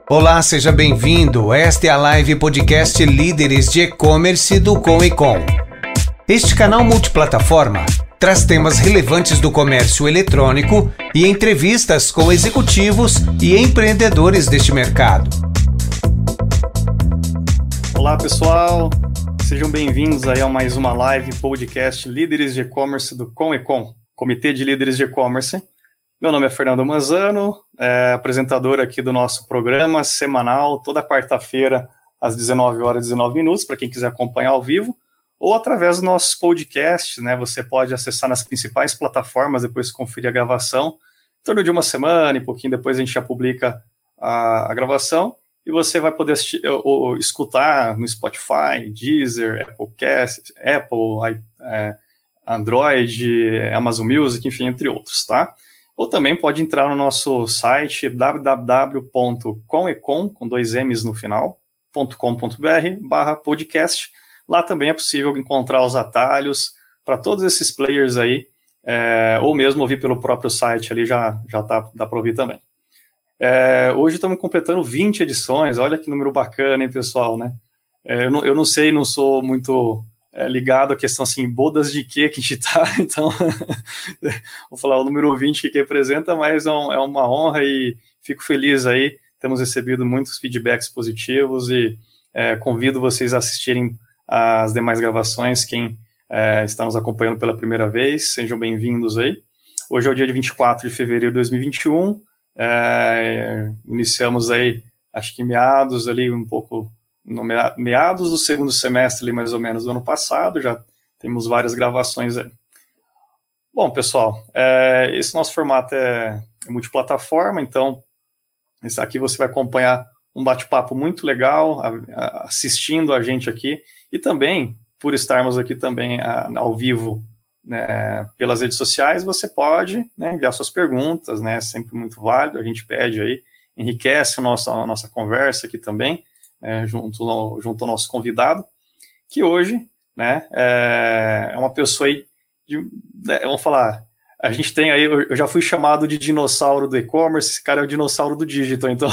Olá, seja bem-vindo. Esta é a live podcast Líderes de E-Commerce do Com e Com. Este canal multiplataforma traz temas relevantes do comércio eletrônico e entrevistas com executivos e empreendedores deste mercado. Olá, pessoal. Sejam bem-vindos aí a mais uma live podcast Líderes de E-Commerce do Com e Com, Comitê de Líderes de E-Commerce. Meu nome é Fernando Manzano, apresentador aqui do nosso programa semanal, toda quarta-feira, às 19 horas e 19 minutos, para quem quiser acompanhar ao vivo, ou através dos nossos podcasts, né? Você pode acessar nas principais plataformas, depois conferir a gravação. Em torno de uma semana e pouquinho depois a gente já publica a gravação, e você vai poder assistir, ou escutar no Spotify, Deezer, Apple, Android, Amazon Music, enfim, entre outros, tá? Ou também pode entrar no nosso site www.comecom, com 2 M's no final, .com.br/podcast. Lá também é possível encontrar os atalhos para todos esses players aí, ou mesmo ouvir pelo próprio site ali, já dá para ouvir também. Hoje estamos completando 20 edições, olha que número bacana, hein, pessoal, né? Eu não sei, não sou muito ligado à questão assim, bodas de quê que a gente tá, então vou falar o número 20 que representa, mas é uma honra e fico feliz aí, temos recebido muitos feedbacks positivos e convido vocês a assistirem as demais gravações, quem está nos acompanhando pela primeira vez, sejam bem-vindos aí. Hoje é o dia de 24 de fevereiro de 2021, iniciamos aí, acho que meados ali, um pouco no meados do segundo semestre, ali, mais ou menos, do ano passado, já temos várias gravações aí. Bom, pessoal, esse nosso formato é multiplataforma, então aqui você vai acompanhar um bate-papo muito legal, assistindo a gente aqui, e também, por estarmos aqui também ao vivo, né, pelas redes sociais, você pode, né, enviar suas perguntas, né, sempre muito válido, a gente pede aí, enriquece a nossa conversa aqui também, junto ao nosso convidado, que hoje, né, é uma pessoa aí, vamos falar, a gente tem aí, eu já fui chamado de dinossauro do e-commerce, esse cara é o dinossauro do digital, então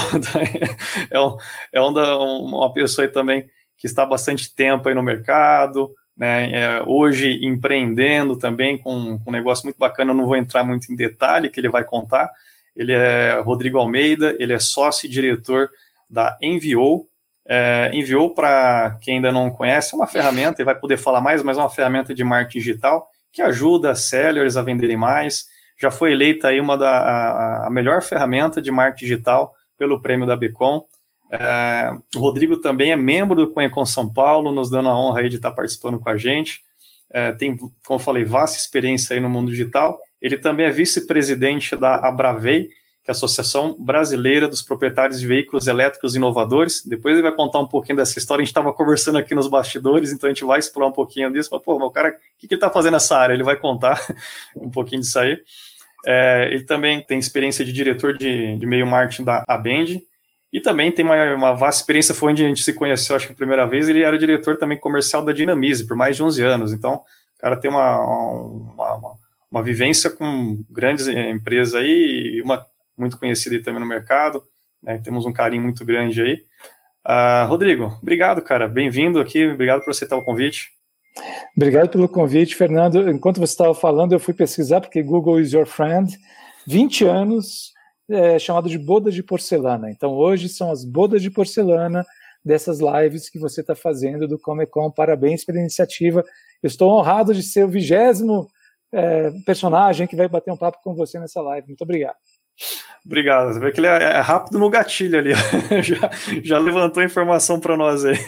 uma pessoa aí também que está há bastante tempo aí no mercado, né, hoje empreendendo também com um negócio muito bacana, eu não vou entrar muito em detalhe, que ele vai contar. Ele é Rodrigo Almeida, ele é sócio e diretor da Enviou. Enviou, para quem ainda não conhece, é uma ferramenta, e vai poder falar mais, mas é uma ferramenta de marketing digital que ajuda sellers a venderem mais. Já foi eleita aí a melhor ferramenta de marketing digital pelo prêmio da Becom. O Rodrigo também é membro do Conecon São Paulo, nos dando a honra aí de estar participando com a gente. Tem, como eu falei, vasta experiência aí no mundo digital. Ele também é vice-presidente da Abravei, que é a Associação Brasileira dos Proprietários de Veículos Elétricos Inovadores. Depois ele vai contar um pouquinho dessa história. A gente estava conversando aqui nos bastidores, então a gente vai explorar um pouquinho disso. Mas, o cara, o que ele está fazendo nessa área? Ele vai contar um pouquinho disso aí. Ele também tem experiência de diretor de meio marketing da Abend, e também tem uma vasta experiência, foi onde a gente se conheceu, acho que a primeira vez. Ele era diretor também comercial da Dinamize por mais de 11 anos. Então, o cara tem uma vivência com grandes empresas aí, e uma muito conhecida aí também no mercado, né? Temos um carinho muito grande aí. Rodrigo, obrigado, cara, bem-vindo aqui, obrigado por aceitar o convite. Obrigado pelo convite, Fernando. Enquanto você estava falando, eu fui pesquisar, porque Google is your friend. 20 anos, chamado de bodas de porcelana. Então, hoje são as bodas de porcelana dessas lives que você está fazendo do Comecom. Parabéns pela iniciativa. Eu estou honrado de ser o 20º personagem que vai bater um papo com você nessa live. Muito obrigado. Obrigado, você vê que ele é rápido no gatilho ali, já levantou a informação para nós aí.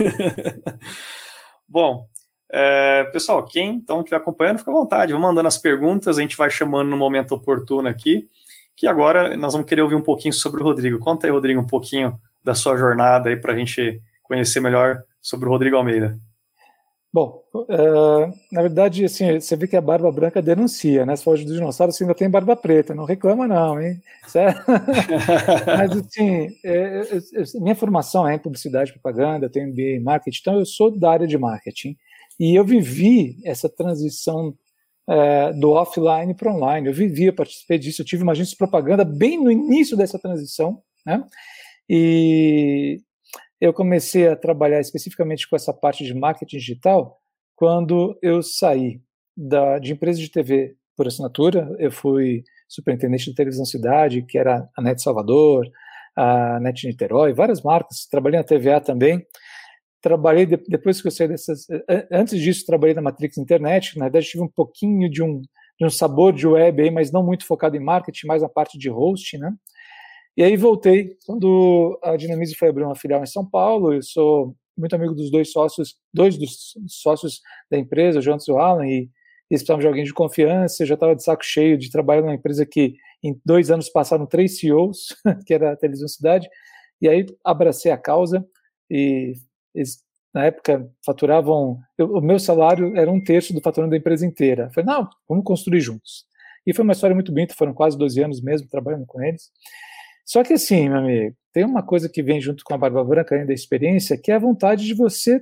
Bom, pessoal, quem então estiver acompanhando, fica à vontade, vamos mandando as perguntas, a gente vai chamando no momento oportuno aqui, que agora nós vamos querer ouvir um pouquinho sobre o Rodrigo. Conta aí, Rodrigo, um pouquinho da sua jornada aí para a gente conhecer melhor sobre o Rodrigo Almeida. Bom, na verdade, assim, você vê que a barba branca denuncia, né? Se for do dinossauro, você ainda tem barba preta, não reclama não, hein? Mas, assim, minha formação é em publicidade e propaganda, tenho MBA em marketing, então eu sou da área de marketing. E eu vivi essa transição do offline para online, eu participei disso, eu tive uma agência de propaganda bem no início dessa transição, né? E eu comecei a trabalhar especificamente com essa parte de marketing digital quando eu saí de empresa de TV por assinatura. Eu fui superintendente de televisão cidade, que era a NET Salvador, a NET Niterói, várias marcas. Trabalhei na TVA também. Trabalhei, depois que eu saí dessas... Antes disso, trabalhei na Matrix Internet. Na verdade, tive um pouquinho de um sabor de web aí, mas não muito focado em marketing, mais na parte de hosting, né? E aí voltei, quando a Dinamize foi abrir uma filial em São Paulo. Eu sou muito amigo dos dois dos sócios da empresa, o Jonas e o Alan, e eles precisavam de alguém de confiança. Eu já estava de saco cheio de trabalhar numa empresa que em 2 anos passaram 3 CEOs, que era a Televisão Cidade, e aí abracei a causa, e eles, na época, faturavam... o meu salário era 1/3 do faturamento da empresa inteira. Eu falei, não, vamos construir juntos. E foi uma história muito bonita, foram quase 12 anos mesmo trabalhando com eles. Só que assim, meu amigo, tem uma coisa que vem junto com a barba branca ainda da experiência, que é a vontade de você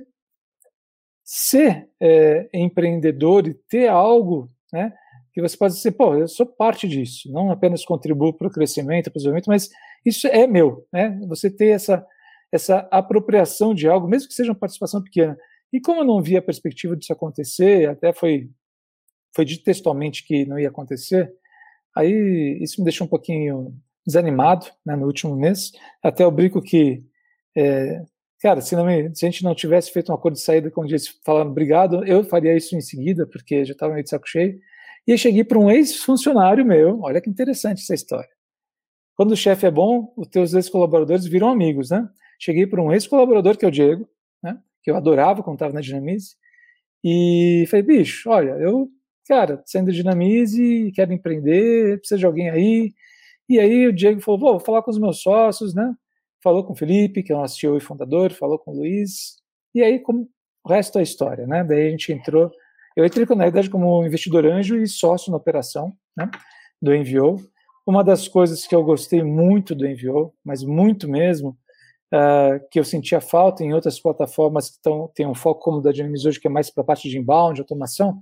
ser empreendedor e ter algo, né, que você pode dizer, pô, eu sou parte disso, não apenas contribuo para o crescimento, para o desenvolvimento, mas isso é meu, né? Você ter essa apropriação de algo, mesmo que seja uma participação pequena. E como eu não via a perspectiva disso acontecer, até foi dito textualmente que não ia acontecer, aí isso me deixou um pouquinho desanimado, né, no último mês. Até eu brinco que, cara, se a gente não tivesse feito um acordo de saída, como disse, falando obrigado, eu faria isso em seguida, porque já estava meio de saco cheio. E eu cheguei para um ex-funcionário meu, olha que interessante essa história. Quando o chefe é bom, os teus ex-colaboradores viram amigos, né? Cheguei para um ex-colaborador, que é o Diego, né, que eu adorava quando estava na Dinamize, e falei, bicho, olha, eu, cara, saindo da Dinamize, quero empreender, precisa de alguém aí. E aí o Diego falou, vou falar com os meus sócios, né? Falou com o Felipe, que é o nosso CEO e fundador, falou com o Luiz, e aí como o resto da história, né? Daí a gente entrou, eu entrei na verdade como investidor anjo e sócio na operação, né, do Enviou. Uma das coisas que eu gostei muito do Enviou, mas muito mesmo, que eu sentia falta em outras plataformas que têm um foco como o da Dinamize hoje, que é mais para a parte de inbound, automação,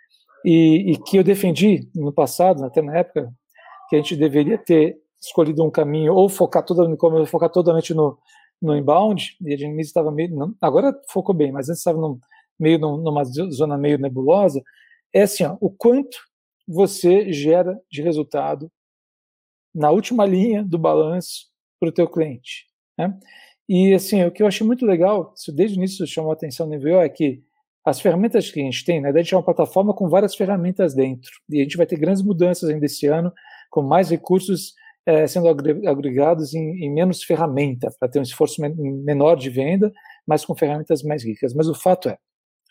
e que eu defendi no passado, até na época, que a gente deveria ter escolhido um caminho, ou focar totalmente no inbound, e a Dinamize estava meio... Não, agora focou bem, mas antes estava numa zona meio nebulosa. É assim, ó, o quanto você gera de resultado na última linha do balanço para o teu cliente, né? E assim, o que eu achei muito legal, isso desde o início chamou a atenção no NVO, é que as ferramentas que a gente tem, né, a gente é uma plataforma com várias ferramentas dentro, e a gente vai ter grandes mudanças ainda esse ano, com mais recursos sendo agregados em menos ferramenta, para ter um esforço menor de venda, mas com ferramentas mais ricas. Mas o fato é,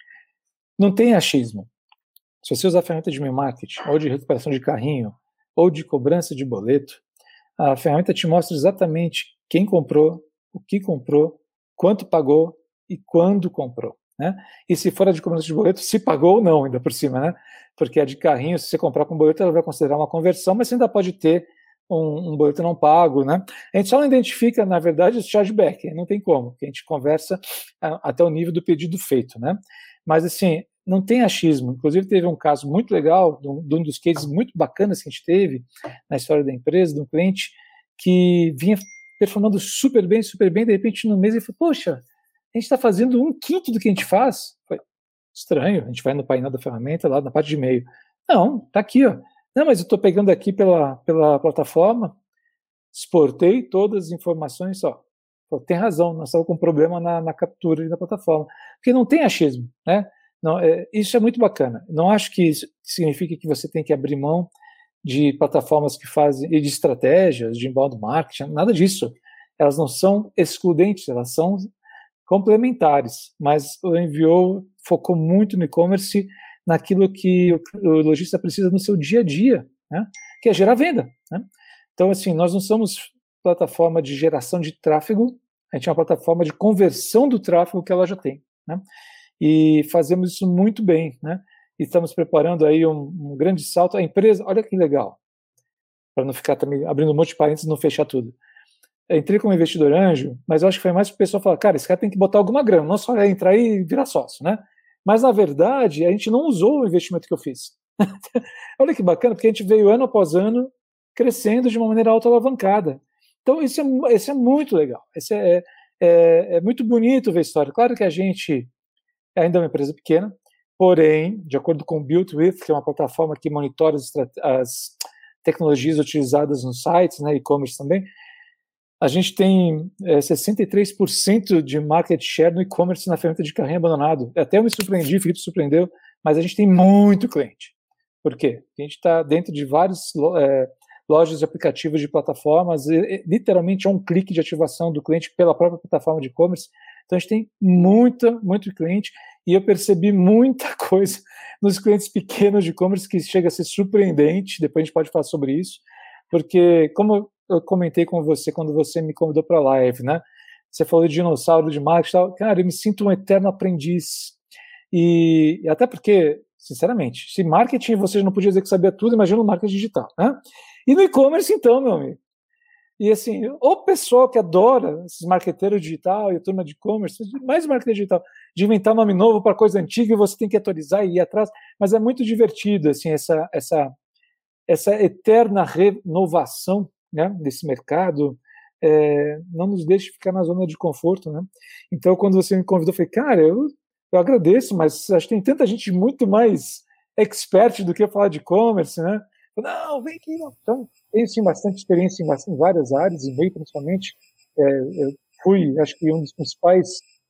não tem achismo. Se você usar a ferramenta de e-mail marketing, ou de recuperação de carrinho, ou de cobrança de boleto, a ferramenta te mostra exatamente quem comprou, o que comprou, quanto pagou e quando comprou, né? E se for a de cobrança de boleto, se pagou ou não, ainda por cima, né? Porque a de carrinho, se você comprar com boleto, ela vai considerar uma conversão, mas você ainda pode ter um boleto não pago, né? A gente só não identifica, na verdade, o chargeback, não tem como, porque a gente conversa até o nível do pedido feito, né? Mas, assim, não tem achismo. Inclusive, teve um caso muito legal, de um dos cases muito bacanas que a gente teve na história da empresa, de um cliente que vinha performando super bem, de repente, no mês, ele falou, poxa, a gente está fazendo 1/5 do que a gente faz. Foi estranho, a gente vai no painel da ferramenta, lá na parte de e-mail. Não, tá aqui, ó. Não, mas eu estou pegando aqui pela plataforma, exportei todas as informações só. Tem razão, nós estamos com problema na captura da plataforma. Porque não tem achismo, né? Não, isso é muito bacana. Não acho que isso significa que você tem que abrir mão de plataformas que fazem, e de estratégias, de inbound marketing, nada disso. Elas não são excludentes, elas são complementares. Mas o Enviou focou muito no e-commerce, naquilo que o lojista precisa no seu dia a dia, né? Que é gerar venda, né? Então, assim, nós não somos plataforma de geração de tráfego, a gente é uma plataforma de conversão do tráfego que ela já tem, né? E fazemos isso muito bem, né? E estamos preparando aí um grande salto. A empresa, olha que legal, para não ficar também abrindo um monte de parênteses e não fechar tudo. Eu entrei como investidor anjo, mas eu acho que foi mais para o pessoal falar, cara, esse cara tem que botar alguma grana, não só entrar e virar sócio, né? Mas, na verdade, a gente não usou o investimento que eu fiz. Olha que bacana, porque a gente veio ano após ano crescendo de uma maneira auto-alavancada. Então, esse é muito legal. É muito bonito ver a história. Claro que a gente ainda é uma empresa pequena, porém, de acordo com o Built With, que é uma plataforma que monitora as tecnologias utilizadas nos sites, né, e-commerce também, a gente tem 63% de market share no e-commerce na ferramenta de carrinho abandonado. Até eu me surpreendi, o Felipe surpreendeu, mas a gente tem muito cliente. Por quê? A gente está dentro de várias lojas de aplicativos de plataformas, literalmente é um clique de ativação do cliente pela própria plataforma de e-commerce. Então a gente tem muito cliente, e eu percebi muita coisa nos clientes pequenos de e-commerce que chega a ser surpreendente. Depois a gente pode falar sobre isso, porque como eu comentei com você quando você me convidou para a live, né? Você falou de dinossauro de marketing e tal. Cara, eu me sinto um eterno aprendiz. E até porque, sinceramente, se marketing você não podia dizer que sabia tudo, imagina no marketing digital, né? E no e-commerce, então, meu amigo. E assim, o pessoal que adora esses marqueteiros digital e a turma de e-commerce, mais marketing digital, de inventar nome novo para coisa antiga e você tem que atualizar e ir atrás, mas é muito divertido, assim, essa eterna renovação, né, desse mercado, não nos deixa ficar na zona de conforto, né? Então, quando você me convidou, eu falei, cara, eu agradeço, mas acho que tem tanta gente muito mais expert do que eu falar de e-commerce, né? Não, vem aqui, não. Então, tenho sim bastante experiência em várias áreas, e meio principalmente, eu fui, acho que um dos principais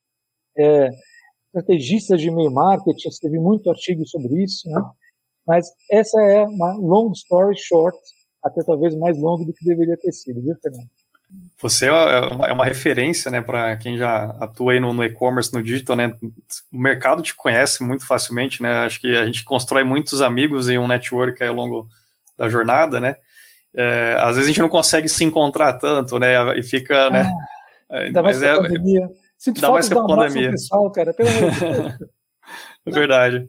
estrategistas de e-mail marketing, escrevi muito artigo sobre isso, né? Mas essa é uma long story short, até talvez mais longa do que deveria ter sido, viu, Fernando? Você é uma referência, né, para quem já atua aí no e-commerce, no digital, né? O mercado te conhece muito facilmente, né? Acho que a gente constrói muitos amigos em um network ao longo da jornada, né? Às vezes a gente não consegue se encontrar tanto, né? E fica, né? Ainda mais com a pandemia. Sinto falta de dar um abraço ao pessoal, cara, pelo amor de Deus. É verdade.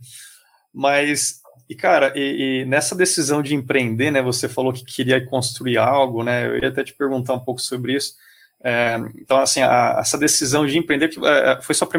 Mas, cara, nessa decisão de empreender, né? Você falou que queria construir algo, né? Eu ia até te perguntar um pouco sobre isso. Então, assim, essa decisão de empreender foi sua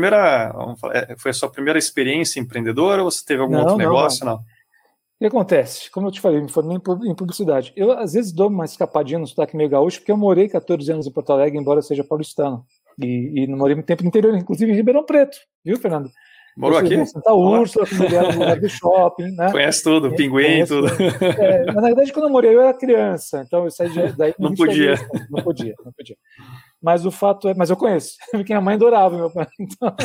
primeira experiência empreendedora ou você teve algum outro negócio? Não. O que acontece? Como eu te falei, me formei em publicidade. Eu, às vezes, dou uma escapadinha no sotaque meio gaúcho, porque eu morei 14 anos em Porto Alegre, embora eu seja paulistano. E não morei muito tempo no interior, inclusive em Ribeirão Preto, viu, Fernando? Morou aqui? Em Santa Úrsula, quando ele era no lugar do shopping, né? Conhece tudo, pinguim, tudo. Na verdade, quando eu morei, eu era criança, então eu saí daí. Não podia. Não podia. Mas o fato é, mas eu conheço, porque a mãe adorava meu pai. Então...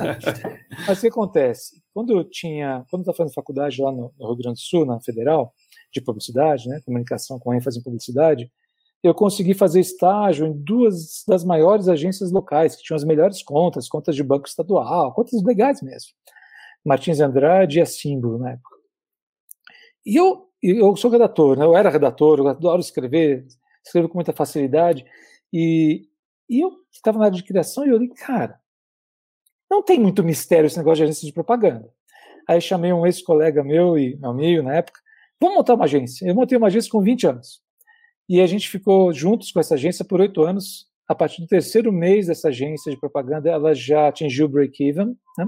Mas o que acontece? Quando eu estava fazendo faculdade lá no Rio Grande do Sul, na Federal, de publicidade, né, comunicação com ênfase em publicidade, eu consegui fazer estágio em duas das maiores agências locais, que tinham as melhores contas de banco estadual, contas legais mesmo. Martins Andrade e a Símbolo, na época. E eu sou redator, né? Eu era redator, eu adoro escrevo com muita facilidade, e eu estava na área de criação e eu olhei, cara, não tem muito mistério esse negócio de agência de propaganda. Aí chamei um ex-colega meu e meu amigo na época, vamos montar uma agência. Eu montei uma agência com 20 anos. E a gente ficou juntos com essa agência por 8 anos. A partir do terceiro mês dessa agência de propaganda, ela já atingiu o break-even, né?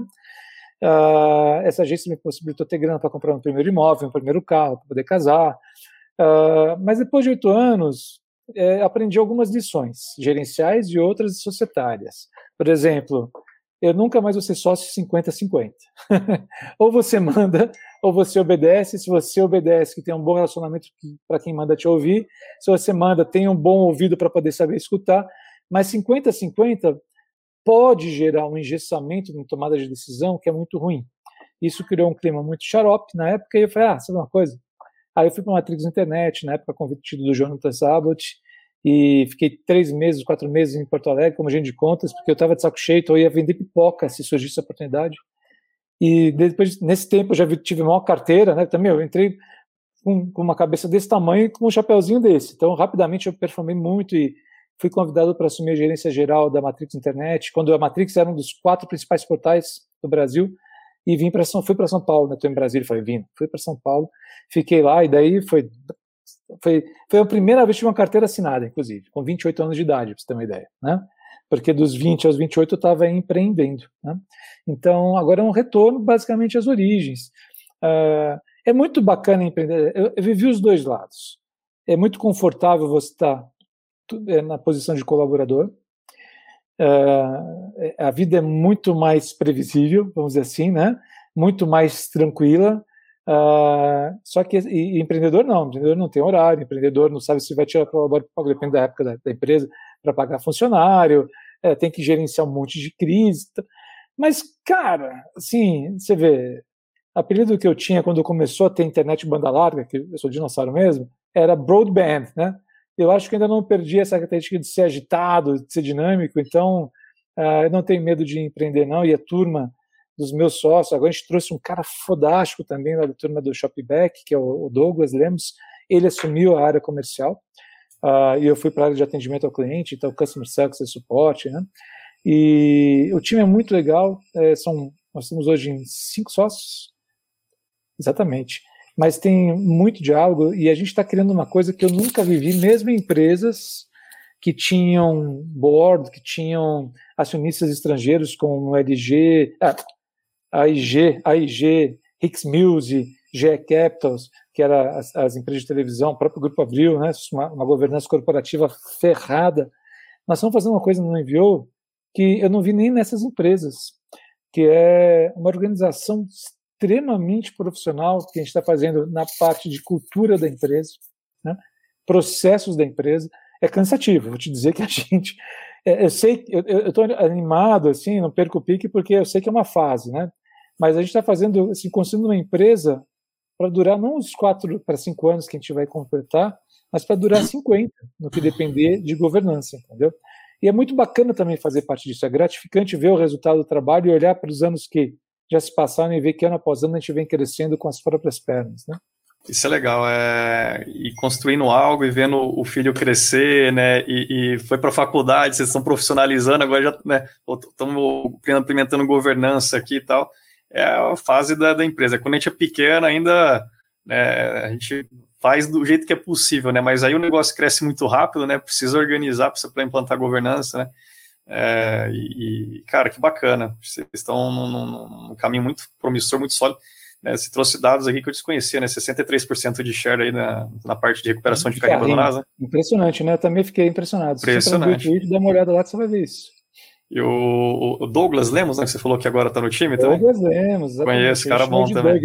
Essa agência me possibilitou ter grana para comprar um primeiro imóvel, um primeiro carro, para poder casar. Mas depois de 8 anos, aprendi algumas lições gerenciais e outras societárias. Por exemplo, eu nunca mais vou ser sócio 50-50. Ou você manda, ou você obedece. Se você obedece, que tem um bom relacionamento para quem manda te ouvir. Se você manda, tem um bom ouvido para poder saber escutar. Mas 50-50 pode gerar um engessamento na tomada de decisão que é muito ruim. Isso criou um clima muito xarope na época, e eu falei, sabe uma coisa? Aí eu fui para a Matrix Internet, na época convite do Jonathan Sabot, e fiquei 3 meses, 4 meses em Porto Alegre como agente de contas, porque eu estava de saco cheio, então eu ia vender pipoca se surgisse a oportunidade. E depois, nesse tempo, eu já tive a maior carteira, né? Também eu entrei com uma cabeça desse tamanho e com um chapéuzinho desse. Então, rapidamente, eu performei muito e fui convidado para assumir a gerência geral da Matrix Internet, quando a Matrix era um dos 4 principais portais do Brasil, e fui para São Paulo, né? Estou em Brasília, fui para São Paulo, fiquei lá, e daí foi a primeira vez que tive uma carteira assinada, inclusive, com 28 anos de idade, para você ter uma ideia, né? Porque dos 20 aos 28 eu estava empreendendo, né? Então, agora é um retorno basicamente às origens. É muito bacana empreender, eu vivi os dois lados. É muito confortável você estar na posição de colaborador. A vida é muito mais previsível, vamos dizer assim, né? Muito mais tranquila. Só que empreendedor não tem horário, empreendedor não sabe se vai tirar colaborador, depende da época da empresa, para pagar funcionário, tem que gerenciar um monte de crise. Mas, cara, assim, você vê, o apelido que eu tinha quando começou a ter internet banda larga, que eu sou dinossauro mesmo, era broadband, né? Eu acho que ainda não perdi essa característica de ser agitado, de ser dinâmico, então eu não tenho medo de empreender, não. E a turma dos meus sócios, agora a gente trouxe um cara fodástico também lá da turma do Shopback, que é o Douglas Lemos, ele assumiu a área comercial, e eu fui para a área de atendimento ao cliente, então Customer Success e suporte, né? E o time é muito legal, nós estamos hoje em 5 sócios, exatamente, mas tem muito diálogo e a gente está criando uma coisa que eu nunca vivi, mesmo em empresas que tinham board, que tinham acionistas estrangeiros como LG, AIG, Hicks Mills, GE Capitals, que eram as empresas de televisão, o próprio Grupo Abril, né, uma governança corporativa ferrada. Nós estamos fazendo uma coisa no NVO que eu não vi nem nessas empresas, que é uma organização extremamente profissional que a gente está fazendo na parte de cultura da empresa, né? Processos da empresa. É cansativo, vou te dizer que a gente... eu sei, eu estou animado, assim, não perco o pique, porque eu sei que é uma fase, né? Mas a gente está fazendo, assim, construindo uma empresa para durar não uns 4 para 5 anos que a gente vai completar, mas para durar 50, no que depender de governança, entendeu? E é muito bacana também fazer parte disso, é gratificante ver o resultado do trabalho e olhar para os anos que já se passaram e ver que ano após ano a gente vem crescendo com as próprias pernas, né? Isso é legal, e construindo algo e vendo o filho crescer, né, e foi para a faculdade, vocês estão profissionalizando, agora já, né, estamos implementando governança aqui e tal, é a fase da empresa. Quando a gente é pequeno ainda, né, a gente faz do jeito que é possível, né, mas aí o negócio cresce muito rápido, né, precisa organizar para implantar governança, né, cara, que bacana, vocês estão num caminho muito promissor, muito sólido. Você trouxe dados aqui que eu desconhecia, né? 63% de share aí na parte de recuperação de carrinho abandonado, né? Impressionante, né? Eu também fiquei impressionado. Impressionante. Se você dá uma olhada lá que você vai ver isso. E o Douglas Lemos, né? Que você falou que agora está no time também? Douglas Lemos, exatamente. Conheço, cara bom também.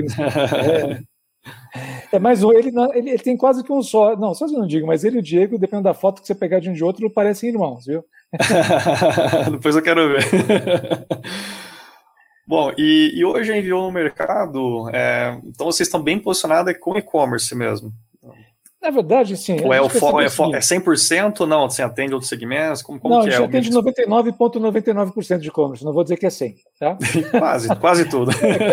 Mas ele tem quase que um só. Não, só eu não digo, mas ele e o Diego, dependendo da foto que você pegar de um de outro, parecem irmãos, viu? Depois eu quero ver. Bom, e hoje a Enviou no mercado, então vocês estão bem posicionados com e-commerce mesmo? Na verdade, sim. Ou é 100% ou não? Você atende outros segmentos? Como não, que é? A gente atende 99,99% de e-commerce, não vou dizer que é 100%. Tá? quase tudo.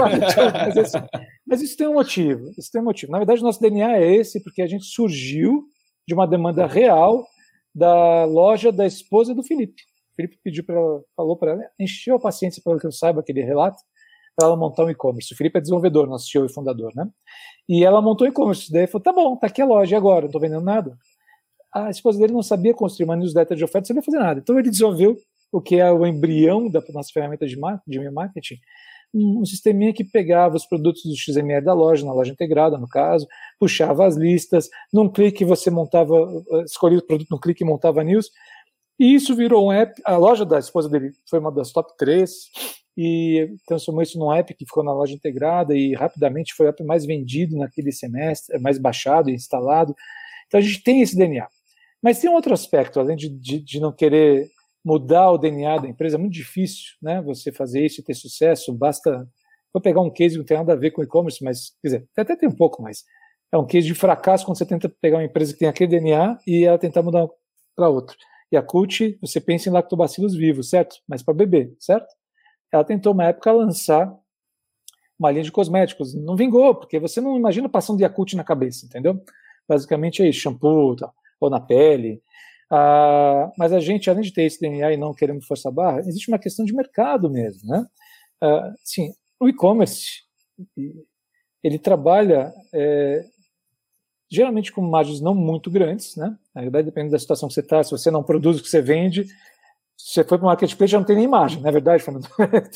Mas isso tem um motivo. Na verdade, nosso DNA é esse, porque a gente surgiu de uma demanda real da loja da esposa do Felipe. O Felipe falou para ela, encheu a paciência, pelo que eu saiba, aquele relato, para ela montar um e-commerce. O Felipe é desenvolvedor, nosso CEO e fundador, né? E ela montou o e-commerce. Daí falou, tá bom, tá aqui a loja, e agora? Não estou vendendo nada. A esposa dele não sabia construir uma newsletter de oferta, não sabia fazer nada. Então ele desenvolveu o que é o embrião da nossa ferramenta de marketing, um sisteminha que pegava os produtos do XML da loja, na loja integrada, no caso, puxava as listas, num clique você escolhia o produto num clique e montava a news. E isso virou um app. A loja da esposa dele foi uma das top 3 e transformou isso num app que ficou na loja integrada e rapidamente foi o app mais vendido naquele semestre, mais baixado e instalado. Então a gente tem esse DNA. Mas tem um outro aspecto, além de não querer mudar o DNA da empresa, é muito difícil, né, você fazer isso e ter sucesso, basta... Vou pegar um case que não tem nada a ver com e-commerce, mas, quer dizer, até tem um pouco, mas é um case de fracasso quando você tenta pegar uma empresa que tem aquele DNA e ela tentar mudar para outra. E a Cult, você pensa em lactobacilos vivos, certo? Mas para bebê, certo? Ela tentou, uma época, lançar uma linha de cosméticos. Não vingou, porque você não imagina passando de Yakult na cabeça, entendeu? Basicamente é isso, shampoo, tal, ou na pele. Mas a gente, além de ter esse DNA e não queremos forçar a barra, existe uma questão de mercado mesmo, né? Sim, o e-commerce, ele trabalha... geralmente com margens não muito grandes, né? Na verdade, depende da situação que você está, se você não produz o que você vende, se você for para o marketplace já não tem nem margem, não é verdade, Fernando?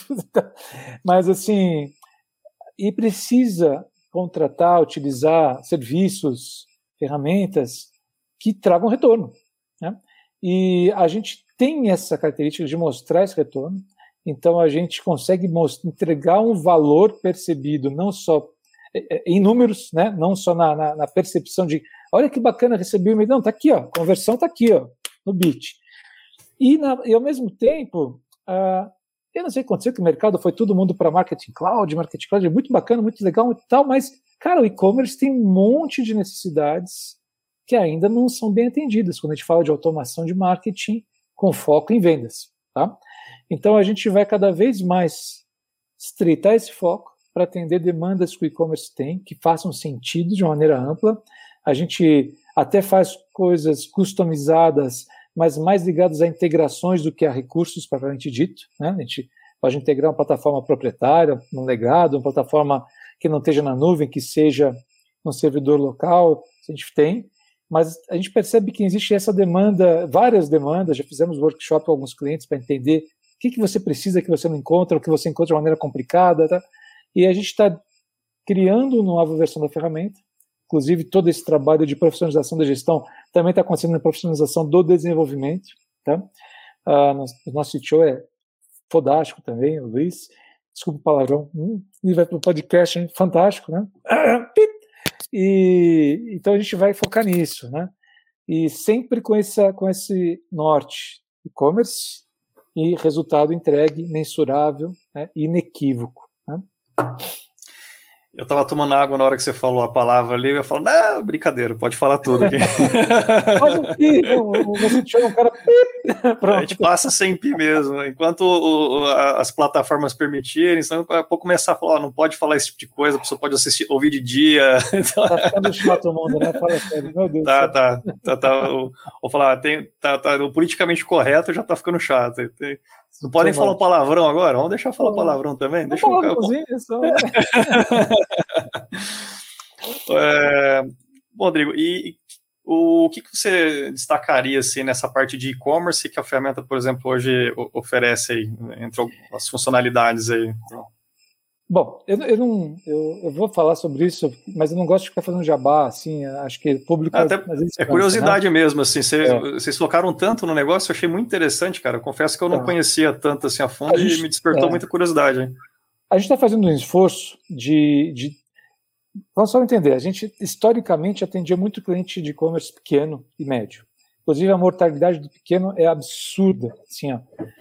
Mas assim, e precisa contratar, utilizar serviços, ferramentas que tragam retorno, né? E a gente tem essa característica de mostrar esse retorno, então a gente consegue entregar um valor percebido, não só em números, né? Não só na percepção de, olha que bacana, recebi o e-mail, não, está aqui, ó, a conversão está aqui, ó, no bit. E ao mesmo tempo, eu não sei o que aconteceu, que o mercado foi todo mundo para Marketing Cloud é muito bacana, muito legal e tal, mas, cara, o e-commerce tem um monte de necessidades que ainda não são bem atendidas quando a gente fala de automação de marketing com foco em vendas, tá? Então a gente vai cada vez mais estreitar esse foco para atender demandas que o e-commerce tem, que façam sentido de uma maneira ampla. A gente até faz coisas customizadas, mas mais ligadas a integrações do que a recursos, propriamente dito, né? A gente pode integrar uma plataforma proprietária, um legado, uma plataforma que não esteja na nuvem, que seja um servidor local, a gente tem, mas a gente percebe que existe essa demanda, várias demandas, já fizemos workshop com alguns clientes para entender o que você precisa que você não encontra, o que você encontra de uma maneira complicada, tá? E a gente está criando uma nova versão da ferramenta, inclusive todo esse trabalho de profissionalização da gestão também está acontecendo na profissionalização do desenvolvimento, tá? O nosso CTO é fodástico também, o Luiz, desculpa o palavrão, e vai para o podcast, hein? Fantástico, né? E então a gente vai focar nisso, né? E sempre com esse norte, e-commerce e resultado entregue, mensurável, né? Inequívoco, né? Eu estava tomando água na hora que você falou a palavra ali, eu ia falar, não, brincadeira, pode falar tudo aqui. Você tinha um cara... A gente passa sem pi mesmo, enquanto as plataformas permitirem, senão daqui a pouco começar a falar, não pode falar esse tipo de coisa, a pessoa pode ouvir de dia. Tá ficando chato o mundo, né? Fala sério, meu Deus. Vou falar, o politicamente correto já tá ficando chato. Não podem falar um palavrão agora? Vamos deixar eu falar palavrão também? Deixa eu... Bom, Rodrigo, e o que você destacaria assim, nessa parte de e-commerce que a ferramenta, por exemplo, hoje oferece aí, entre as funcionalidades aí? Bom, eu vou falar sobre isso, mas eu não gosto de ficar fazendo jabá, assim, acho que o público... É curiosidade, né? Mesmo, assim, vocês focaram tanto no negócio, eu achei muito interessante, cara, eu confesso que eu não conhecia tanto assim a fundo e me despertou muita curiosidade. Hein? A gente está fazendo um esforço vamos só entender, a gente historicamente atendia muito cliente de e-commerce pequeno e médio, inclusive a mortalidade do pequeno é absurda, assim,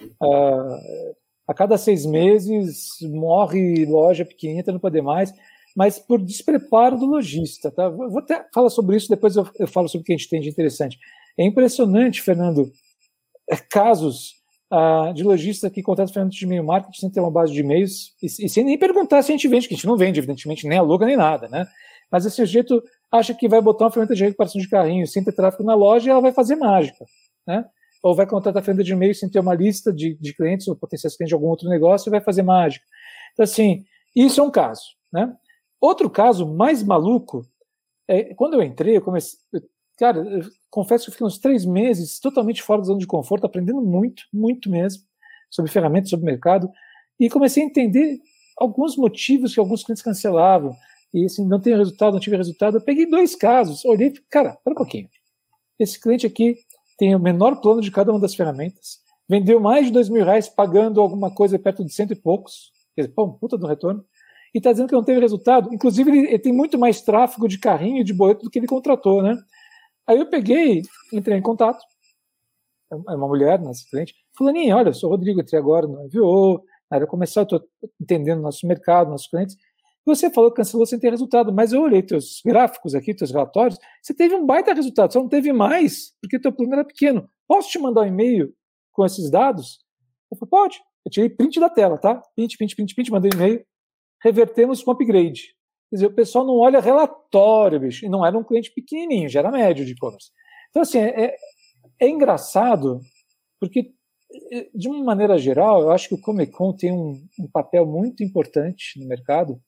a cada 6 meses morre loja pequenina, não pode mais, mas por despreparo do lojista. Tá? Vou até falar sobre isso, depois eu falo sobre o que a gente tem de interessante. É impressionante, Fernando, casos de lojista que contrata ferramenta de e-mail marketing sem ter uma base de e-mails e sem nem perguntar se a gente vende, que a gente não vende, evidentemente, nem aluga nem nada, né? Mas esse sujeito acha que vai botar uma ferramenta de recuperação de carrinho sem ter tráfego na loja e ela vai fazer mágica, né? Ou vai contratar a ferramenta de e-mail sem ter uma lista de clientes ou potenciais clientes de algum outro negócio e vai fazer mágica. Então, assim, isso é um caso, né? Outro caso mais maluco é quando eu entrei, eu comecei... Cara, eu confesso que eu fiquei uns 3 meses totalmente fora da zona de conforto, aprendendo muito, muito mesmo, sobre ferramentas, sobre mercado, e comecei a entender alguns motivos que alguns clientes cancelavam, e assim, não tive resultado. Eu peguei 2 casos, olhei e falei, cara, espera um pouquinho, esse cliente aqui tem o menor plano de cada uma das ferramentas, vendeu mais de R$2.000 pagando alguma coisa perto de 100 e poucos, quer dizer, pô, puta do retorno, e está dizendo que não teve resultado, inclusive ele tem muito mais tráfego de carrinho e de boleto do que ele contratou, né? Aí eu entrei em contato, é uma mulher, nossa cliente, fulaninha, olha, eu sou o Rodrigo, entrei agora no IVO, na área comercial, estou entendendo nosso mercado, nossos clientes, você falou que cancelou sem ter resultado, mas eu olhei teus gráficos aqui, teus relatórios, você teve um baita resultado, só não teve mais, porque teu plano era pequeno. Posso te mandar um e-mail com esses dados? Eu falei, pode. Eu tirei print da tela, tá? Print, mandei um e-mail, revertemos com upgrade. Quer dizer, o pessoal não olha relatório, bicho, e não era um cliente pequenininho, já era médio de e-commerce. Então, assim, é engraçado, porque, de uma maneira geral, eu acho que o Comecon tem um papel muito importante no mercado,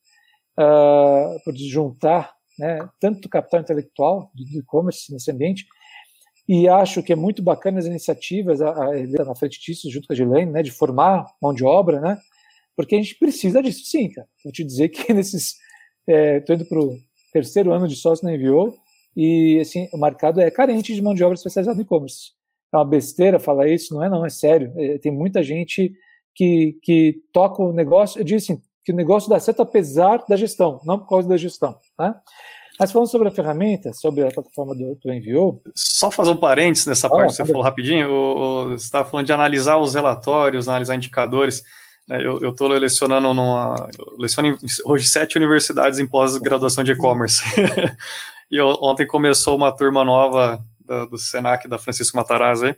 por juntar, né, tanto capital intelectual do e-commerce nesse ambiente, e acho que é muito bacana as iniciativas, a Helena na frente disso, junto com a Gilene, né, de formar mão de obra, né, porque a gente precisa disso sim, cara. Vou te dizer que estou indo para o 3º ano de sócio na Enviou, e assim, o mercado é carente de mão de obra especializada em e-commerce. é uma besteira falar isso, não, é sério. Tem muita gente que toca o negócio, eu disse assim, que o negócio dá certo apesar da gestão, não por causa da gestão, tá? Mas falando sobre a ferramenta, sobre a plataforma do Enviou... Só fazer um parênteses nessa parte que você falou rapidinho, você estava falando de analisar os relatórios, analisar indicadores. Eu estou lecionando leciono hoje 7 universidades em pós-graduação de e-commerce. E ontem começou uma turma nova do Senac, da Francisco Matarazzi,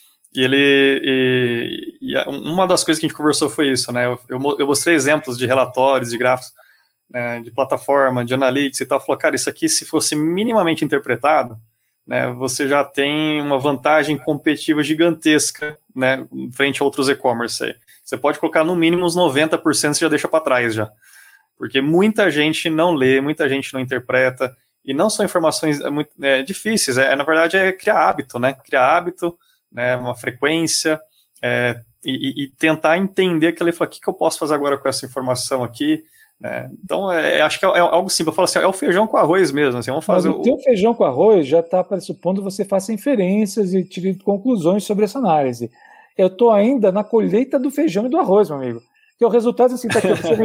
e uma das coisas que a gente conversou foi isso, né? Eu mostrei exemplos de relatórios, de gráficos, né, de plataforma, de analytics e tal. Falou, cara, isso aqui, se fosse minimamente interpretado, né, você já tem uma vantagem competitiva gigantesca, né, frente a outros e-commerce aí. Você pode colocar no mínimo uns 90%, você já deixa para trás já. Porque muita gente não lê, muita gente não interpreta, e não são informações muito difíceis, na verdade é criar hábito, né, né, uma frequência, e tentar entender aquilo e falar, o que eu posso fazer agora com essa informação aqui, né? Então, acho que é algo simples, eu falo assim, é o feijão com arroz mesmo, assim, vamos fazer. Mas o teu feijão com arroz já está pressupondo que você faça inferências e tire conclusões sobre essa análise. Eu estou ainda na colheita do feijão e do arroz, meu amigo, que o resultado assim, tá aqui, você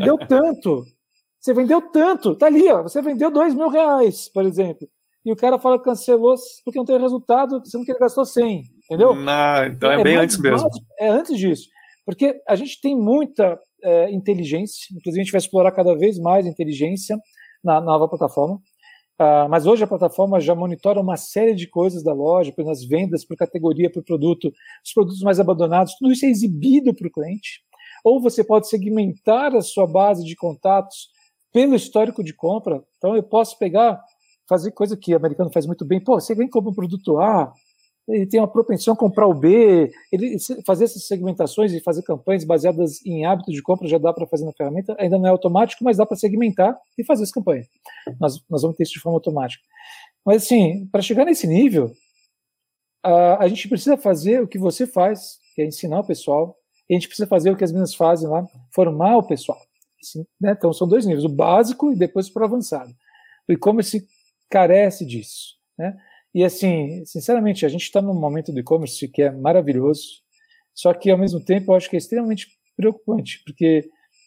vendeu tanto, tá ali, ó, você vendeu R$2.000, por exemplo, e o cara fala que cancelou porque não tem resultado, sendo que ele gastou 100, entendeu? Não, então é bem antes mesmo. É antes disso, porque a gente tem muita inteligência, inclusive a gente vai explorar cada vez mais inteligência na nova plataforma, mas hoje a plataforma já monitora uma série de coisas da loja, nas vendas, por categoria, por produto, os produtos mais abandonados, tudo isso é exibido para o cliente, ou você pode segmentar a sua base de contatos pelo histórico de compra. Então eu posso fazer coisa que o americano faz muito bem, você vem e compra um produto A, ele tem uma propensão a comprar o B, fazer essas segmentações e fazer campanhas baseadas em hábitos de compra já dá para fazer na ferramenta, ainda não é automático, mas dá para segmentar e fazer as campanhas. Nós vamos ter isso de forma automática. Mas assim, para chegar nesse nível, a gente precisa fazer o que você faz, que é ensinar o pessoal, e a gente precisa fazer o que as meninas fazem lá, formar o pessoal. Assim, né? Então são 2 níveis, o básico e depois para o avançado. O e-commerce carece disso, né? E assim, sinceramente, a gente está num momento do e-commerce que é maravilhoso, só que ao mesmo tempo eu acho que é extremamente preocupante, porque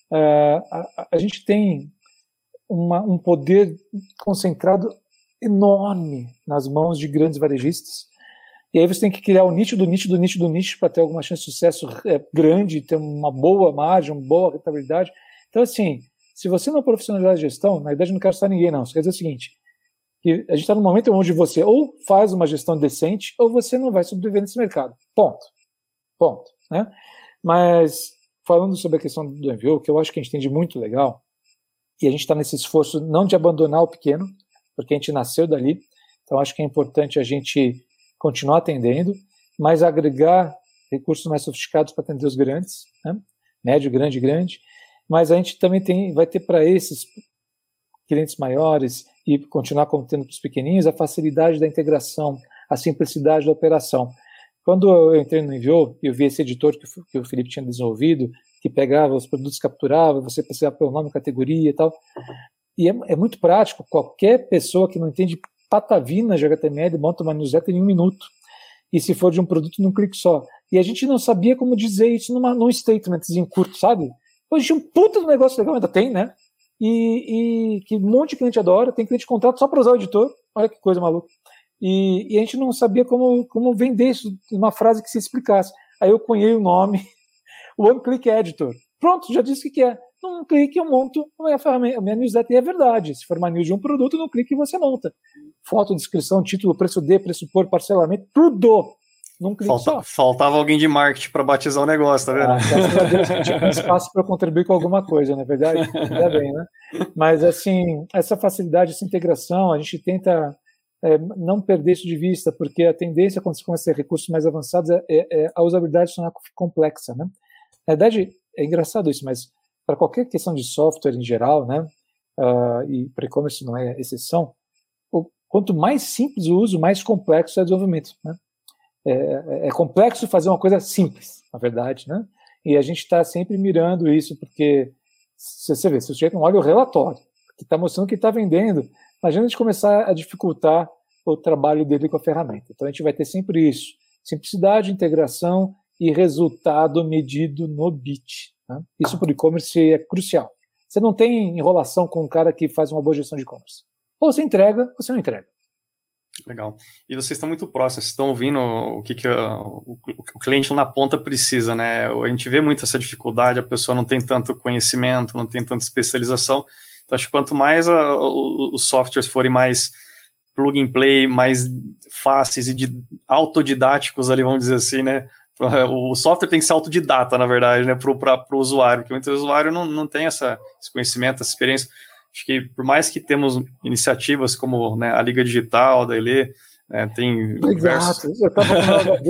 a gente tem um poder concentrado enorme nas mãos de grandes varejistas, e aí você tem que criar o nicho do nicho do nicho do nicho para ter alguma chance de sucesso grande, ter uma boa margem, uma boa rentabilidade. Então assim, se você não profissionalizar a gestão, na verdade não quero citar ninguém não, só quer dizer o seguinte, que a gente está num momento onde você ou faz uma gestão decente ou você não vai sobreviver nesse mercado. Ponto. Né? Mas, falando sobre a questão do Enviou, que eu acho que a gente tem de muito legal, e a gente está nesse esforço não de abandonar o pequeno, porque a gente nasceu dali, então acho que é importante a gente continuar atendendo, mas agregar recursos mais sofisticados para atender os grandes, né? Médio, grande, mas a gente também vai ter para esses clientes maiores e continuar contendo para os pequenininhos a facilidade da integração, a simplicidade da operação. Quando eu entrei no Enviou, eu vi esse editor que o Felipe tinha desenvolvido, que pegava os produtos, capturava, você precisava pôr o nome, categoria e tal. E é muito prático, qualquer pessoa que não entende patavina de HTML monta uma newsletter em 1 minuto. E se for de um produto, num clique só. E a gente não sabia como dizer isso num statementzinho curto, sabe? Hoje tinha um puta do negócio legal, ainda tem, né? E que um monte de cliente adora, tem cliente de contrato só para usar o editor, olha que coisa maluca. E a gente não sabia como vender isso numa frase que se explicasse. Aí eu cunhei o nome, One Click Editor. Pronto, já disse o que é. Num clique eu monto a minha newsletter, e é verdade. Se for uma news de um produto, num clique você monta. Foto, descrição, título, preço de, preço por, parcelamento, tudo. Num clique só. Faltava alguém de marketing para batizar o negócio, tá vendo? Graças a Deus que tinha espaço para contribuir com alguma coisa, não é verdade? Ainda bem, né? Mas, assim, essa facilidade, essa integração, a gente tenta não perder isso de vista, porque a tendência, quando você começa a ter recursos mais avançados, a usabilidade se tornar complexa, né? Na verdade, é engraçado isso, mas para qualquer questão de software em geral, né? E para e-commerce não é exceção, quanto mais simples o uso, mais complexo é o desenvolvimento, né? É complexo fazer uma coisa simples, na verdade, né? E a gente está sempre mirando isso, porque se você vê, se o sujeito não olha o relatório, que está mostrando que está vendendo, imagina a gente começar a dificultar o trabalho dele com a ferramenta. Então a gente vai ter sempre isso. Simplicidade, integração e resultado medido no bit. Né? Isso para o e-commerce é crucial. Você não tem enrolação com um cara que faz uma boa gestão de e-commerce. Ou você entrega, ou você não entrega. Legal. E vocês estão muito próximos, vocês estão ouvindo o que o cliente na ponta precisa, né? A gente vê muito essa dificuldade, a pessoa não tem tanto conhecimento, não tem tanta especialização. Então, acho que quanto mais os softwares forem mais plug and play, mais fáceis e autodidáticos ali, vamos dizer assim, né? O software tem que ser autodidata, na verdade, né? Para o usuário, porque muitos usuários não tem esse conhecimento, essa experiência. Acho que por mais que temos iniciativas como, né, a Liga Digital, da Elê, né, tem diversos... Eu estava com o HD.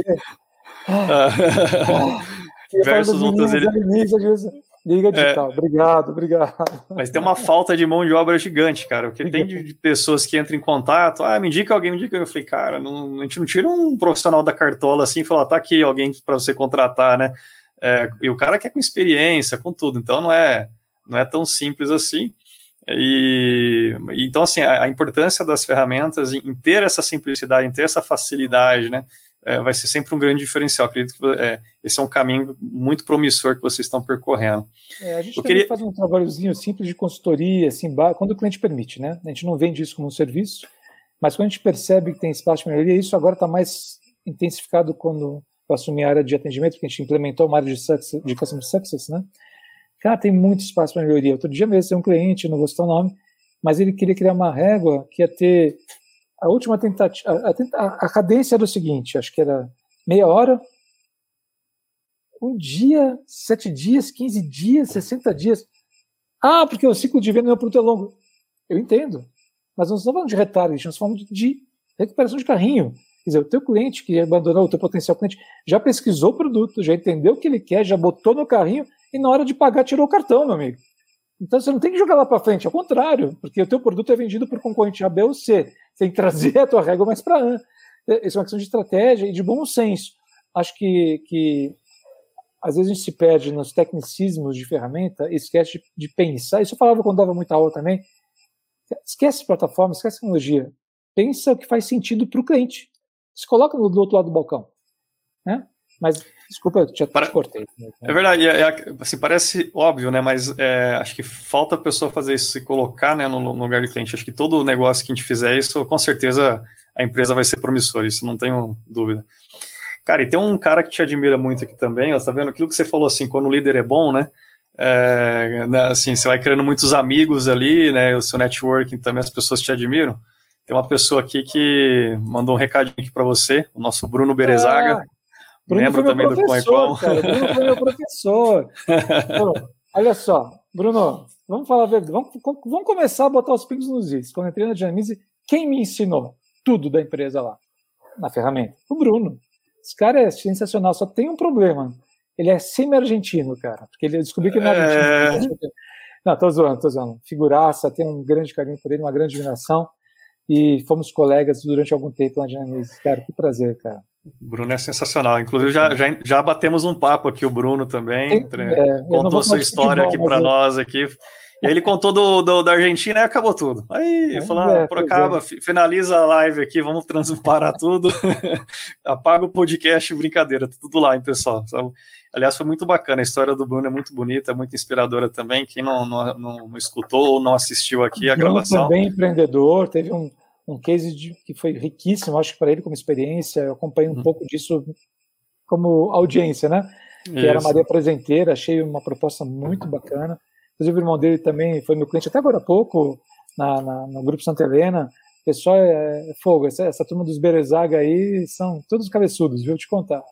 Diversos outras... Liga Digital, obrigado. Mas tem uma falta de mão de obra gigante, cara. Porque tem de pessoas que entram em contato, me indica alguém, me indica. Eu falei, cara, a gente não tira um profissional da cartola assim e fala, tá aqui alguém para você contratar, né? E o cara quer com experiência, com tudo. Então não é tão simples assim. Então, assim, a importância das ferramentas em ter essa simplicidade, em ter essa facilidade, né, vai ser sempre um grande diferencial. Acredito que esse é um caminho muito promissor que vocês estão percorrendo. A gente também faz um trabalhozinho simples de consultoria, assim, quando o cliente permite, né? A gente não vende isso como um serviço, mas quando a gente percebe que tem espaço de melhoria, isso agora está mais intensificado quando eu assumi a área de atendimento, porque a gente implementou uma área de Customer Success, né? Cara, tem muito espaço para melhoria. Outro dia mesmo, tem um cliente, não vou citar o nome, mas ele queria criar uma régua que ia ter a última tentativa. A cadência era o seguinte, acho que era meia hora, um dia, 7 dias, 15 dias, 60 dias. Porque o ciclo de venda é um produto longo. Eu entendo, mas não estamos falando de retarget, nós estamos falando de recuperação de carrinho. Quer dizer, o teu cliente que abandonou, o teu potencial cliente, já pesquisou o produto, já entendeu o que ele quer, já botou no carrinho, e na hora de pagar tirou o cartão, meu amigo. Então você não tem que jogar lá para frente, ao contrário, porque o teu produto é vendido por concorrente A, B ou C. Você tem que trazer a tua régua mais para A. Isso é uma questão de estratégia e de bom senso. Acho que às vezes a gente se perde nos tecnicismos de ferramenta e esquece de pensar. Isso eu falava quando dava muita aula também. Esquece plataforma, esquece tecnologia. Pensa o que faz sentido para o cliente. Se coloca do outro lado do balcão, né? Mas, desculpa, eu te cortei. É verdade, assim, parece óbvio, né? Mas acho que falta a pessoa fazer isso, se colocar, né, no lugar do cliente. Acho que todo negócio que a gente fizer isso, com certeza a empresa vai ser promissora, isso não tenho dúvida. Cara, e tem um cara que te admira muito aqui também, ó, tá vendo aquilo que você falou, assim, quando o líder é bom, né? Assim, você vai criando muitos amigos ali, né? O seu networking também, as pessoas te admiram. Tem uma pessoa aqui que mandou um recadinho aqui para você, o nosso Bruno Berezaga. Bruno Lembra também do professor, cara. Bruno foi meu professor. Olha só, Bruno, vamos falar a verdade. Vamos começar a botar os pingos nos is. Quando eu entrei na Dynamics, quem me ensinou tudo da empresa lá, na ferramenta? O Bruno. Esse cara é sensacional, só tem um problema. Ele é semi-argentino, cara, porque ele descobriu que ele não é argentino. Não, tô zoando. Figuraça, tem um grande carinho por ele, uma grande admiração. E fomos colegas durante algum tempo na Dynamics. Cara, que prazer, cara. O Bruno é sensacional. Inclusive, já batemos um papo aqui, o Bruno também. Contou sua história aqui para nós aqui. E aí ele contou da Argentina e acabou tudo. Aí falou, finaliza a live aqui, vamos parar tudo. Apaga o podcast, brincadeira, tudo lá, hein, pessoal. Aliás, foi muito bacana. A história do Bruno é muito bonita, muito inspiradora também. Quem não escutou ou não assistiu aqui a gravação. Também empreendedor, teve um case que foi riquíssimo, acho que para ele como experiência. Eu acompanhei um pouco disso como audiência, né? Que era a Maria Presenteira, achei uma proposta muito bacana. Inclusive o irmão dele também foi meu cliente até agora há pouco, no Grupo Santa Helena. O pessoal é fogo, essa turma dos Berezaga aí são todos cabeçudos, viu? Te contar.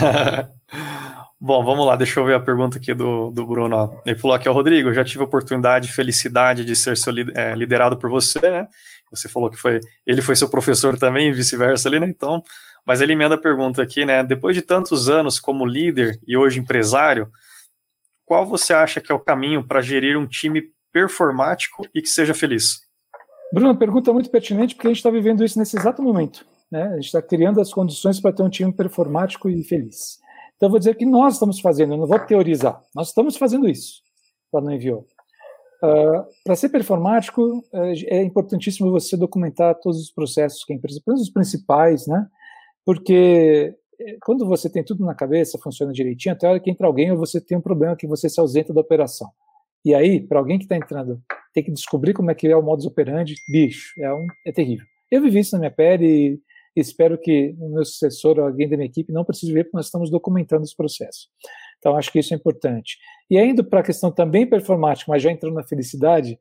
Bom, vamos lá, deixa eu ver a pergunta aqui do Bruno. Ó. Ele falou aqui, Rodrigo, eu já tive a oportunidade e felicidade de ser liderado por você, né? Você falou que ele foi seu professor também e vice-versa ali, né? Então, mas ele emenda a pergunta aqui, né? Depois de tantos anos como líder e hoje empresário, qual você acha que é o caminho para gerir um time performático e que seja feliz? Bruno, uma pergunta muito pertinente, porque a gente está vivendo isso nesse exato momento, né? A gente está criando as condições para ter um time performático e feliz. Então, eu vou dizer que nós estamos fazendo, eu não vou teorizar, nós estamos fazendo isso. Ela não enviou. Para ser performático, é importantíssimo você documentar todos os processos que a empresa, pelo menos os principais, né? Porque quando você tem tudo na cabeça, funciona direitinho, até a hora que entra alguém ou você tem um problema que você se ausenta da operação. E aí, para alguém que está entrando, tem que descobrir como é que é o modus operandi, bicho, é terrível. Eu vivi isso na minha pele e espero que o meu sucessor ou alguém da minha equipe não precise ver, porque nós estamos documentando esse processo. Então, acho que isso é importante. E indo para a questão também performática, mas já entrando na felicidade,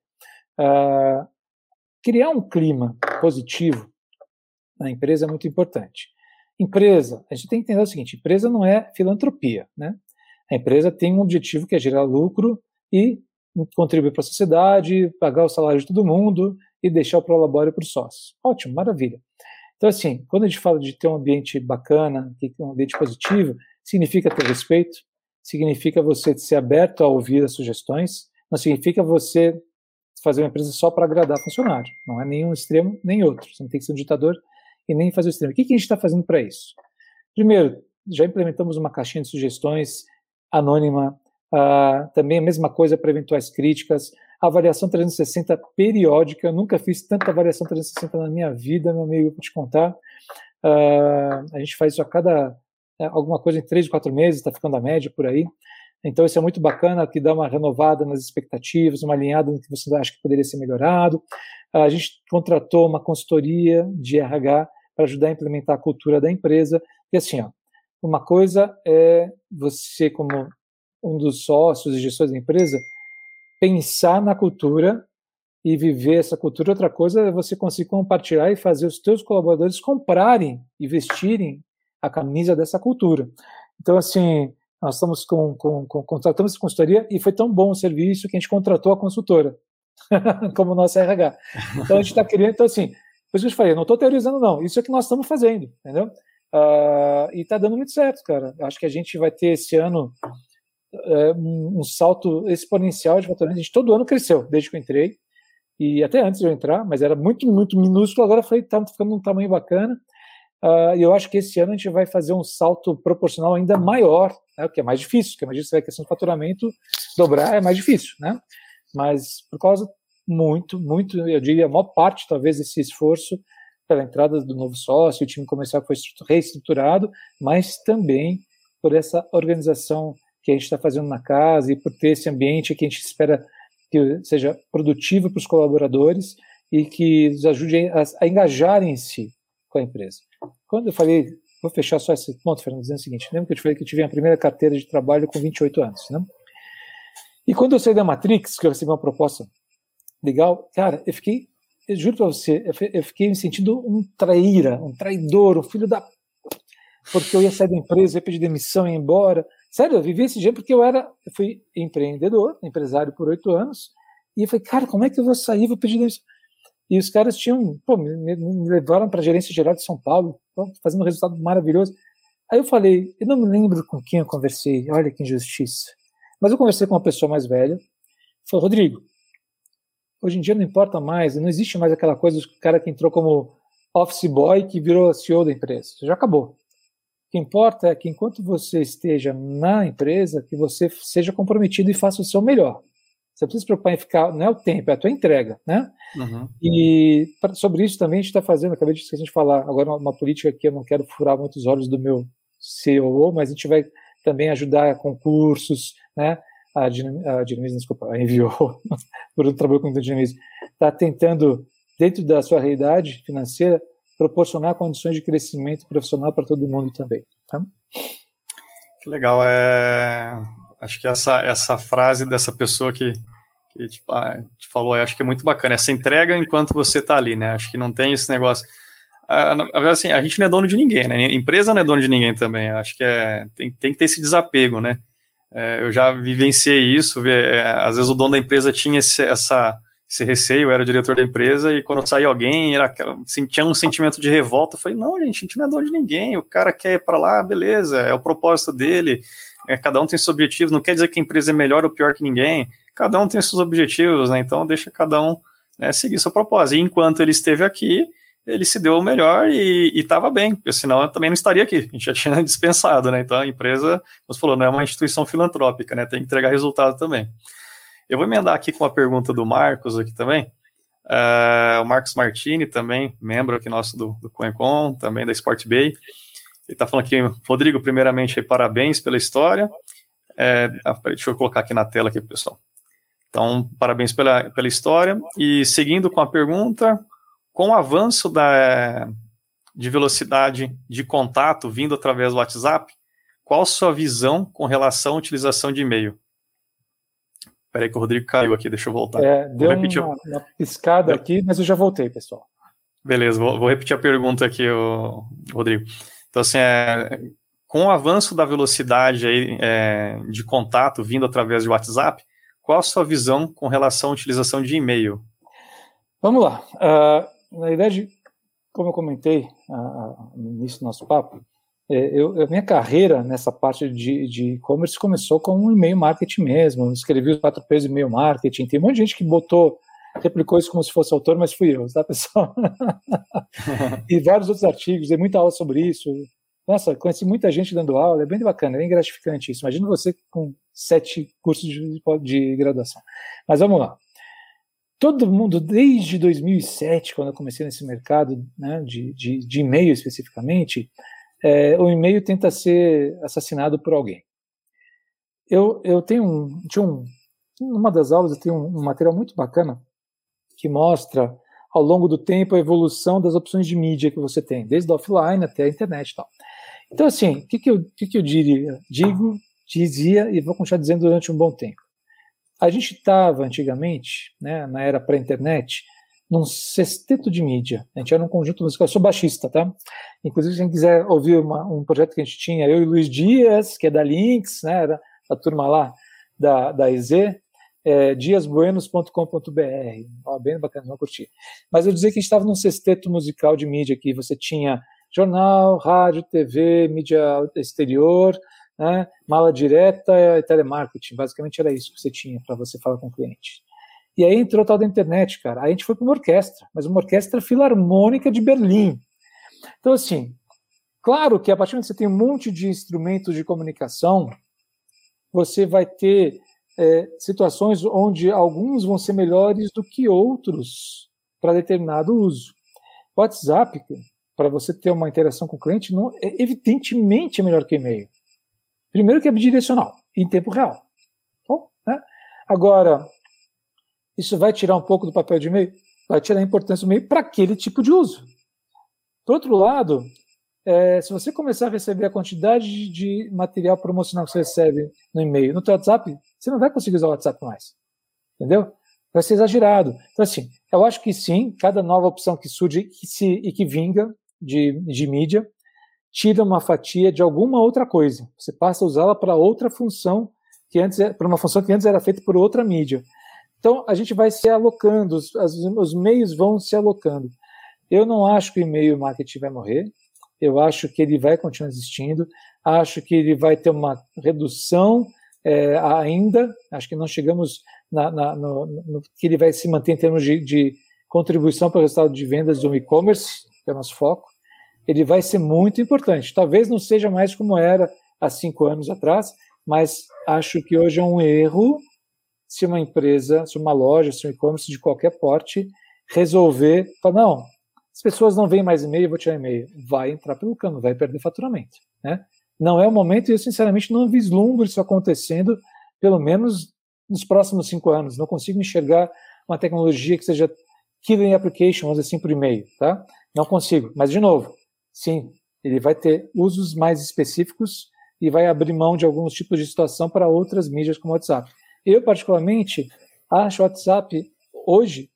criar um clima positivo na empresa é muito importante. Empresa, a gente tem que entender o seguinte, empresa não é filantropia, né? A empresa tem um objetivo que é gerar lucro e contribuir para a sociedade, pagar o salário de todo mundo e deixar o prolabore para os sócios. Ótimo, maravilha. Então, assim, quando a gente fala de ter um ambiente bacana, um ambiente positivo, significa ter respeito, significa você ser aberto a ouvir as sugestões, não significa você fazer uma empresa só para agradar funcionário. Não é nenhum extremo, nem outro. Você não tem que ser um ditador e nem fazer o extremo. O que a gente está fazendo para isso? Primeiro, já implementamos uma caixinha de sugestões anônima, também a mesma coisa para eventuais críticas, avaliação 360 periódica, eu nunca fiz tanta avaliação 360 na minha vida, meu amigo, vou te contar. A gente faz isso a cada, alguma coisa em 3 ou 4 meses, está ficando a média por aí. Então isso é muito bacana, que dá uma renovada nas expectativas, uma alinhada no que você acha que poderia ser melhorado. A gente contratou uma consultoria de RH para ajudar a implementar a cultura da empresa. E assim, uma coisa é você, como um dos sócios e gestores da empresa, pensar na cultura e viver essa cultura. Outra coisa é você conseguir compartilhar e fazer os teus colaboradores comprarem e vestirem a camisa dessa cultura. Então, assim, nós estamos contratamos essa consultoria e foi tão bom o serviço que a gente contratou a consultora como nossa RH. Então, a gente está querendo, então, assim, por isso que eu te falei, eu não estou teorizando, não. Isso é o que nós estamos fazendo, entendeu? E está dando muito certo, cara. Acho que a gente vai ter esse ano um salto exponencial de faturamento. A gente todo ano cresceu, desde que eu entrei, e até antes de eu entrar, mas era muito, muito minúsculo, agora está ficando um tamanho bacana, e eu acho que esse ano a gente vai fazer um salto proporcional ainda maior, né, o que é mais difícil, porque imagina você vai questão de faturamento, dobrar é mais difícil, né? Mas por causa muito, eu diria, a maior parte, talvez, desse esforço pela entrada do novo sócio, o time comercial que foi reestruturado, mas também por essa organização que a gente está fazendo na casa e por ter esse ambiente que a gente espera que seja produtivo para os colaboradores e que os ajude a engajarem-se com a empresa. Quando eu falei, vou fechar só esse ponto, Fernando, dizendo o seguinte, lembra que eu te falei que eu tive a primeira carteira de trabalho com 28 anos, né? E quando eu saí da Matrix, que eu recebi uma proposta legal, cara, eu juro para você, eu fiquei me sentindo um traíra, um traidor, um filho da... porque eu ia sair da empresa, ia pedir demissão, ia embora. Sério, eu vivi esse dia porque eu fui empreendedor, empresário por 8 anos, e eu falei, cara, como é que eu vou sair, vou pedir demissão? E os caras me levaram para a gerência geral de São Paulo, fazendo um resultado maravilhoso. Aí eu falei, eu não me lembro com quem eu conversei, olha que injustiça. Mas eu conversei com uma pessoa mais velha, falou, Rodrigo, hoje em dia não importa mais, não existe mais aquela coisa do cara que entrou como office boy que virou CEO da empresa, já acabou. O que importa é que enquanto você esteja na empresa, que você seja comprometido e faça o seu melhor. Você precisa se preocupar em ficar, não é o tempo, é a tua entrega, né? Uhum. E sobre isso também a gente está fazendo, acabei de esquecer de falar, agora uma política que eu não quero furar muitos olhos do meu COO, mas a gente vai também ajudar com cursos, né? A Dinamismo, desculpa, a Enviou, por trabalho com o Dinamismo, está tentando, dentro da sua realidade financeira, proporcionar condições de crescimento profissional para todo mundo também. Tá? Que legal. Acho que essa frase dessa pessoa que te falou, acho que é muito bacana. Essa entrega enquanto você está ali, né? Acho que não tem esse negócio. Assim, a gente não é dono de ninguém, né? A empresa não é dono de ninguém também. Acho que tem que ter esse desapego, né? Eu já vivenciei isso. Às vezes o dono da empresa tinha esse receio, eu era o diretor da empresa, e quando saía alguém, tinha um sentimento de revolta. Eu falei, não, gente, a gente não é dono de ninguém, o cara quer ir para lá, beleza, é o propósito dele, cada um tem seus objetivos, não quer dizer que a empresa é melhor ou pior que ninguém, cada um tem seus objetivos, né? Então deixa cada um, né, seguir seu propósito. E enquanto ele esteve aqui, ele se deu o melhor e estava bem, porque senão eu também não estaria aqui, a gente já tinha dispensado, né? Então a empresa, como você falou, não é uma instituição filantrópica, né? Tem que entregar resultado também. Eu vou emendar aqui com a pergunta do Marcos aqui também. O Marcos Martini também, membro aqui nosso do CoinCon, também da Sport Bay. Ele está falando aqui, Rodrigo, primeiramente, parabéns pela história. Deixa eu colocar aqui na tela, aqui, pessoal. Então, parabéns pela história. E seguindo com a pergunta, com o avanço de velocidade de contato vindo através do WhatsApp, qual a sua visão com relação à utilização de e-mail? Espera aí que o Rodrigo caiu aqui, deixa eu voltar. Deu uma piscada aqui, mas eu já voltei, pessoal. Beleza, vou repetir a pergunta aqui, Rodrigo. Então, assim, com o avanço da velocidade aí, de contato vindo através de WhatsApp, qual a sua visão com relação à utilização de e-mail? Vamos lá. Na verdade, como eu comentei no início do nosso papo, a minha carreira nessa parte de e-commerce começou com um e-mail marketing mesmo. Eu escrevi os 4 P's de e-mail marketing. Tem um monte de gente que replicou isso como se fosse autor, mas fui eu, tá, pessoal? E vários outros artigos, dei muita aula sobre isso. Nossa, conheci muita gente dando aula, é bem bacana, é bem gratificante isso. Imagina você com 7 cursos de graduação. Mas vamos lá. Todo mundo, desde 2007, quando eu comecei nesse mercado, né, de e-mail especificamente, o e-mail tenta ser assassinado por alguém. Numa das aulas eu tenho um material muito bacana que mostra, ao longo do tempo, a evolução das opções de mídia que você tem, desde o offline até a internet e tal. Então, assim, o que eu dizia e vou continuar dizendo durante um bom tempo. A gente estava, antigamente, né, na era pré-internet, num sexteto de mídia. A gente era um conjunto musical. Eu sou baixista, tá? Inclusive, se quem quiser ouvir um projeto que a gente tinha, eu e Luiz Dias, que é da Lynx, né, era a turma lá da EZ, diasbuenos.com.br. Bem bacana, vão curtir. Mas eu dizia que a gente estava num sexteto musical de mídia, que você tinha jornal, rádio, TV, mídia exterior, né, mala direta e telemarketing. Basicamente era isso que você tinha para você falar com o cliente. E aí entrou o tal da internet, cara. Aí a gente foi para uma orquestra, mas uma orquestra filarmônica de Berlim. Então, assim, claro que a partir do momento que você tem um monte de instrumentos de comunicação, você vai ter situações onde alguns vão ser melhores do que outros para determinado uso. O WhatsApp, para você ter uma interação com o cliente, evidentemente é melhor que e-mail. Primeiro que é bidirecional, em tempo real. Bom, né? Agora, isso vai tirar um pouco do papel de e-mail? Vai tirar a importância do e-mail para aquele tipo de uso. Por outro lado, se você começar a receber a quantidade de material promocional que você recebe no e-mail, no teu WhatsApp, você não vai conseguir usar o WhatsApp mais. Entendeu? Vai ser exagerado. Então, assim, eu acho que sim, cada nova opção que surge e que vinga de mídia, tira uma fatia de alguma outra coisa. Você passa a usá-la para outra função, para uma função que antes era feita por outra mídia. Então, a gente vai se alocando, os meios vão se alocando. Eu não acho que o e-mail marketing vai morrer, eu acho que ele vai continuar existindo, acho que ele vai ter uma redução ainda, acho que não chegamos no que ele vai se manter em termos de contribuição para o resultado de vendas do e-commerce, que é o nosso foco. Ele vai ser muito importante. Talvez não seja mais como era há 5 anos atrás, mas acho que hoje é um erro se uma empresa, se uma loja, se um e-commerce de qualquer porte resolver, falar, não, as pessoas não veem mais e-mail, eu vou tirar e-mail. Vai entrar pelo cano, vai perder faturamento. Né? Não é o momento e eu, sinceramente, não vislumbro isso acontecendo, pelo menos nos próximos 5 anos. Não consigo enxergar uma tecnologia que seja killing application, vamos dizer assim, por e-mail. Tá? Não consigo. Mas, de novo, sim, ele vai ter usos mais específicos e vai abrir mão de alguns tipos de situação para outras mídias como o WhatsApp. Eu, particularmente, acho o WhatsApp, hoje,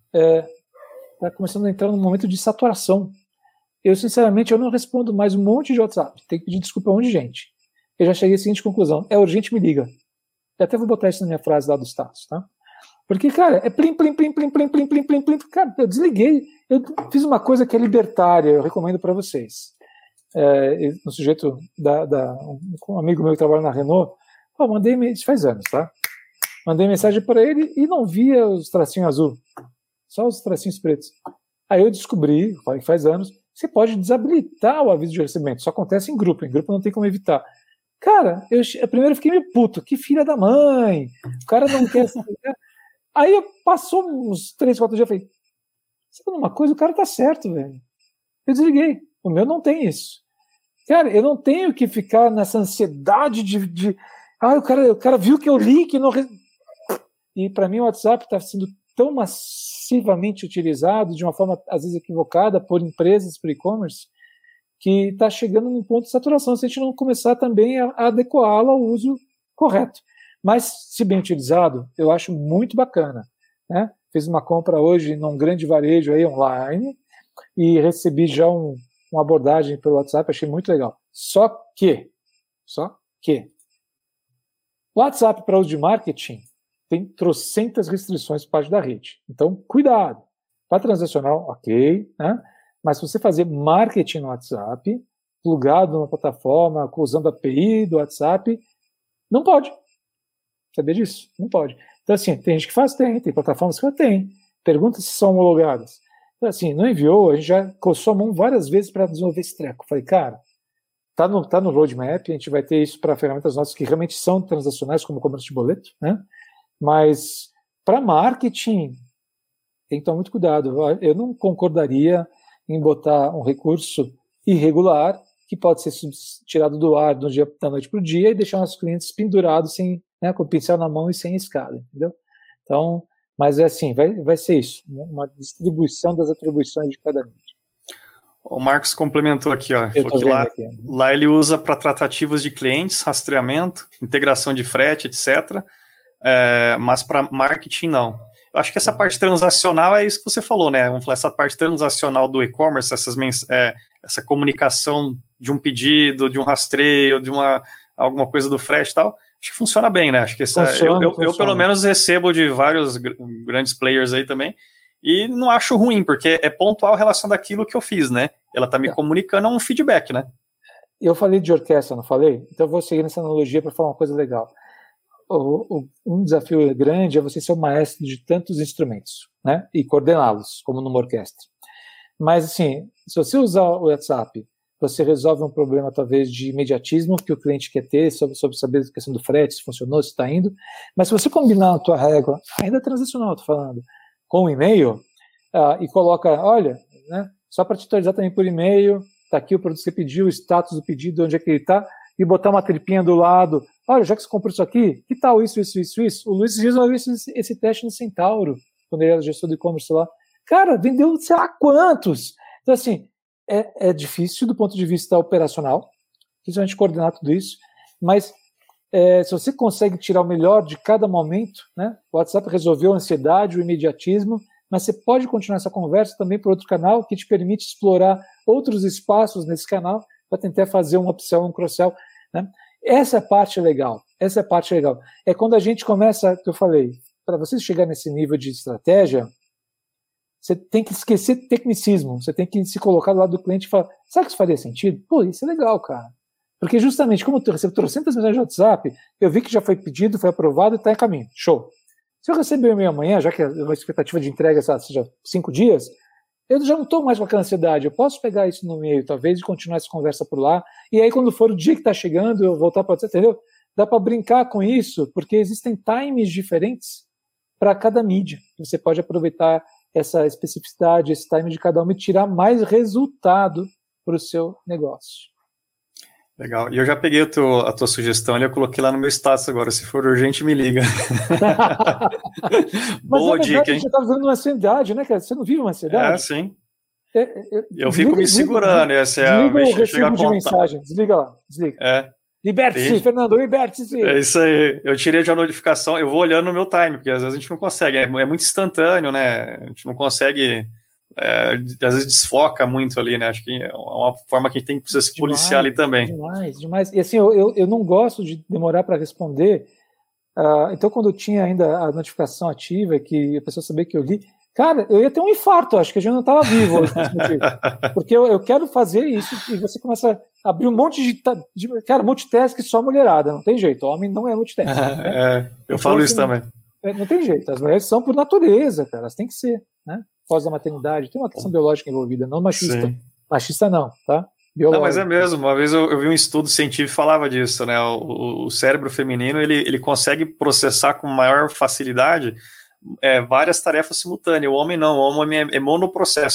está começando a entrar num momento de saturação. Eu, sinceramente, eu não respondo mais um monte de WhatsApp. Tem que pedir desculpa a um monte de gente. Eu já cheguei à seguinte conclusão. É urgente, me liga. Eu até vou botar isso na minha frase lá do status, tá? Porque, cara, é plim, plim, plim, plim, plim, plim, plim, plim, plim. Cara, eu desliguei. Eu fiz uma coisa que é libertária, eu recomendo para vocês. No sujeito um amigo meu que trabalha na Renault, mandei, isso faz anos, tá? Mandei mensagem para ele e não via os tracinhos azul, só os tracinhos pretos. Aí eu descobri, faz anos, você pode desabilitar o aviso de recebimento. Isso acontece em grupo não tem como evitar. Cara, eu primeiro fiquei meio puto, que filha da mãe, o cara não quer... Aí passou uns 3, 4 dias, eu falei, sabe uma coisa, o cara tá certo, velho. Eu desliguei, o meu não tem isso. Cara, eu não tenho que ficar nessa ansiedade o cara viu que eu li, que não... E para mim o WhatsApp está sendo tão massivamente utilizado, de uma forma às vezes equivocada, por empresas, por e-commerce, que está chegando num ponto de saturação, se a gente não começar também a adequá-lo ao uso correto. Mas, se bem utilizado, eu acho muito bacana, né? Fiz uma compra hoje num grande varejo aí online e recebi já uma abordagem pelo WhatsApp, achei muito legal. Só que o WhatsApp para uso de marketing tem trocentas restrições por parte da rede. Então, cuidado. Para transacional, ok, né? Mas se você fazer marketing no WhatsApp, plugado numa plataforma, usando a API do WhatsApp, não pode. Sabia disso? Não pode. Então, assim, tem gente que faz, tem plataformas que tem. Pergunta se são homologadas. Então, assim, não enviou, a gente já coçou a mão várias vezes para desenvolver esse treco. Falei, cara, tá no roadmap, a gente vai ter isso para ferramentas nossas que realmente são transacionais, como comércio de boleto, né? Mas para marketing, tem que tomar muito cuidado. Eu não concordaria em botar um recurso irregular que pode ser tirado do ar da noite para o dia e deixar nossos clientes pendurados com o pincel na mão e sem escada, entendeu? Então, mas é assim, vai ser isso, uma distribuição das atribuições de cada mídia. O Marcos complementou aqui, ó, falou que lá ele usa para tratativas de clientes, rastreamento, integração de frete, etc., mas para marketing não. Eu acho que essa parte transacional é isso que você falou, né? Vamos falar, essa parte transacional do e-commerce, essa comunicação de um pedido, de um rastreio, de alguma coisa do frete e tal, acho que funciona bem, né? Acho que eu pelo menos recebo de vários grandes players aí também, e não acho ruim, porque é pontual a relação daquilo que eu fiz, né? Ela tá me comunicando um feedback, né? Eu falei de orquestra, não falei? Então eu vou seguir nessa analogia para falar uma coisa legal. Um desafio grande é você ser o maestro de tantos instrumentos, né? E coordená-los, como numa orquestra. Mas, assim, se você usar o WhatsApp, você resolve um problema, talvez, de imediatismo que o cliente quer ter, sobre saber a questão do frete, se funcionou, se está indo. Mas se você combinar a tua régua, ainda transacional, estou falando, com o e-mail, e coloca, olha, né, só para te atualizar também por e-mail, está aqui o produto que você pediu, o status do pedido, onde é que ele está, e botar uma tripinha do lado, olha, já que você comprou isso aqui, que tal isso? O Luiz resolveu esse teste no Centauro, quando ele era gestor do e-commerce lá. Cara, vendeu sei lá quantos. Então, assim, é difícil do ponto de vista operacional, principalmente coordenar tudo isso, mas se você consegue tirar o melhor de cada momento, né? O WhatsApp resolveu a ansiedade, o imediatismo, mas você pode continuar essa conversa também por outro canal que te permite explorar outros espaços nesse canal para tentar fazer um upsell, um cross-sell, né? Essa é a parte legal. É quando a gente começa, que eu falei, para você chegar nesse nível de estratégia, você tem que esquecer tecnicismo, você tem que se colocar do lado do cliente e falar, será que isso faria sentido? Pô, isso é legal, cara. Porque justamente, como eu recebo 300 mensagens de WhatsApp, eu vi que já foi pedido, foi aprovado e está em caminho. Show. Se eu receber o e-mail amanhã, já que a expectativa de entrega seja 5 dias, eu já não estou mais com aquela ansiedade. Eu posso pegar isso no e-mail, talvez, e continuar essa conversa por lá. E aí, quando for o dia que está chegando, eu voltar para o WhatsApp, entendeu? Dá para brincar com isso, porque existem times diferentes para cada mídia. Você pode aproveitar essa especificidade, esse time de cada uma e tirar mais resultado para o seu negócio. Legal. E eu já peguei a tua sugestão e eu coloquei lá no meu status agora. Se for urgente, me liga. Boa dica, hein? Você está vivendo uma ansiedade, né, cara? Você não vive uma ansiedade? Sim. Eu fico me segurando. Essa é desliga o recibo de mensagem. Desliga lá. Desliga. Liberte-se, Fernando, liberte-se. É isso aí. Eu tirei de uma notificação, eu vou olhando no meu time, porque às vezes a gente não consegue. É muito instantâneo, né? A gente não consegue... às vezes desfoca muito ali, né? Acho que é uma forma que a gente precisa se policiar ali também. Demais. E assim, eu não gosto de demorar para responder. Então, quando eu tinha ainda a notificação ativa, que a pessoa sabia que eu li, cara, eu ia ter um infarto, acho que a gente não estava vivo. Porque eu quero fazer isso e você começa a abrir um monte de cara, multitask só mulherada, não tem jeito. Homem não é multitask. Né? Eu falo isso também. Não tem jeito. As mulheres são por natureza, cara. Elas têm que ser, né? Pós da maternidade, tem uma questão biológica envolvida, não machista. Sim. Machista não, tá? Não, mas é mesmo. Uma vez eu vi um estudo científico que falava disso, né? O cérebro feminino, ele consegue processar com maior facilidade várias tarefas simultâneas. O homem não, o homem é monoprocesso.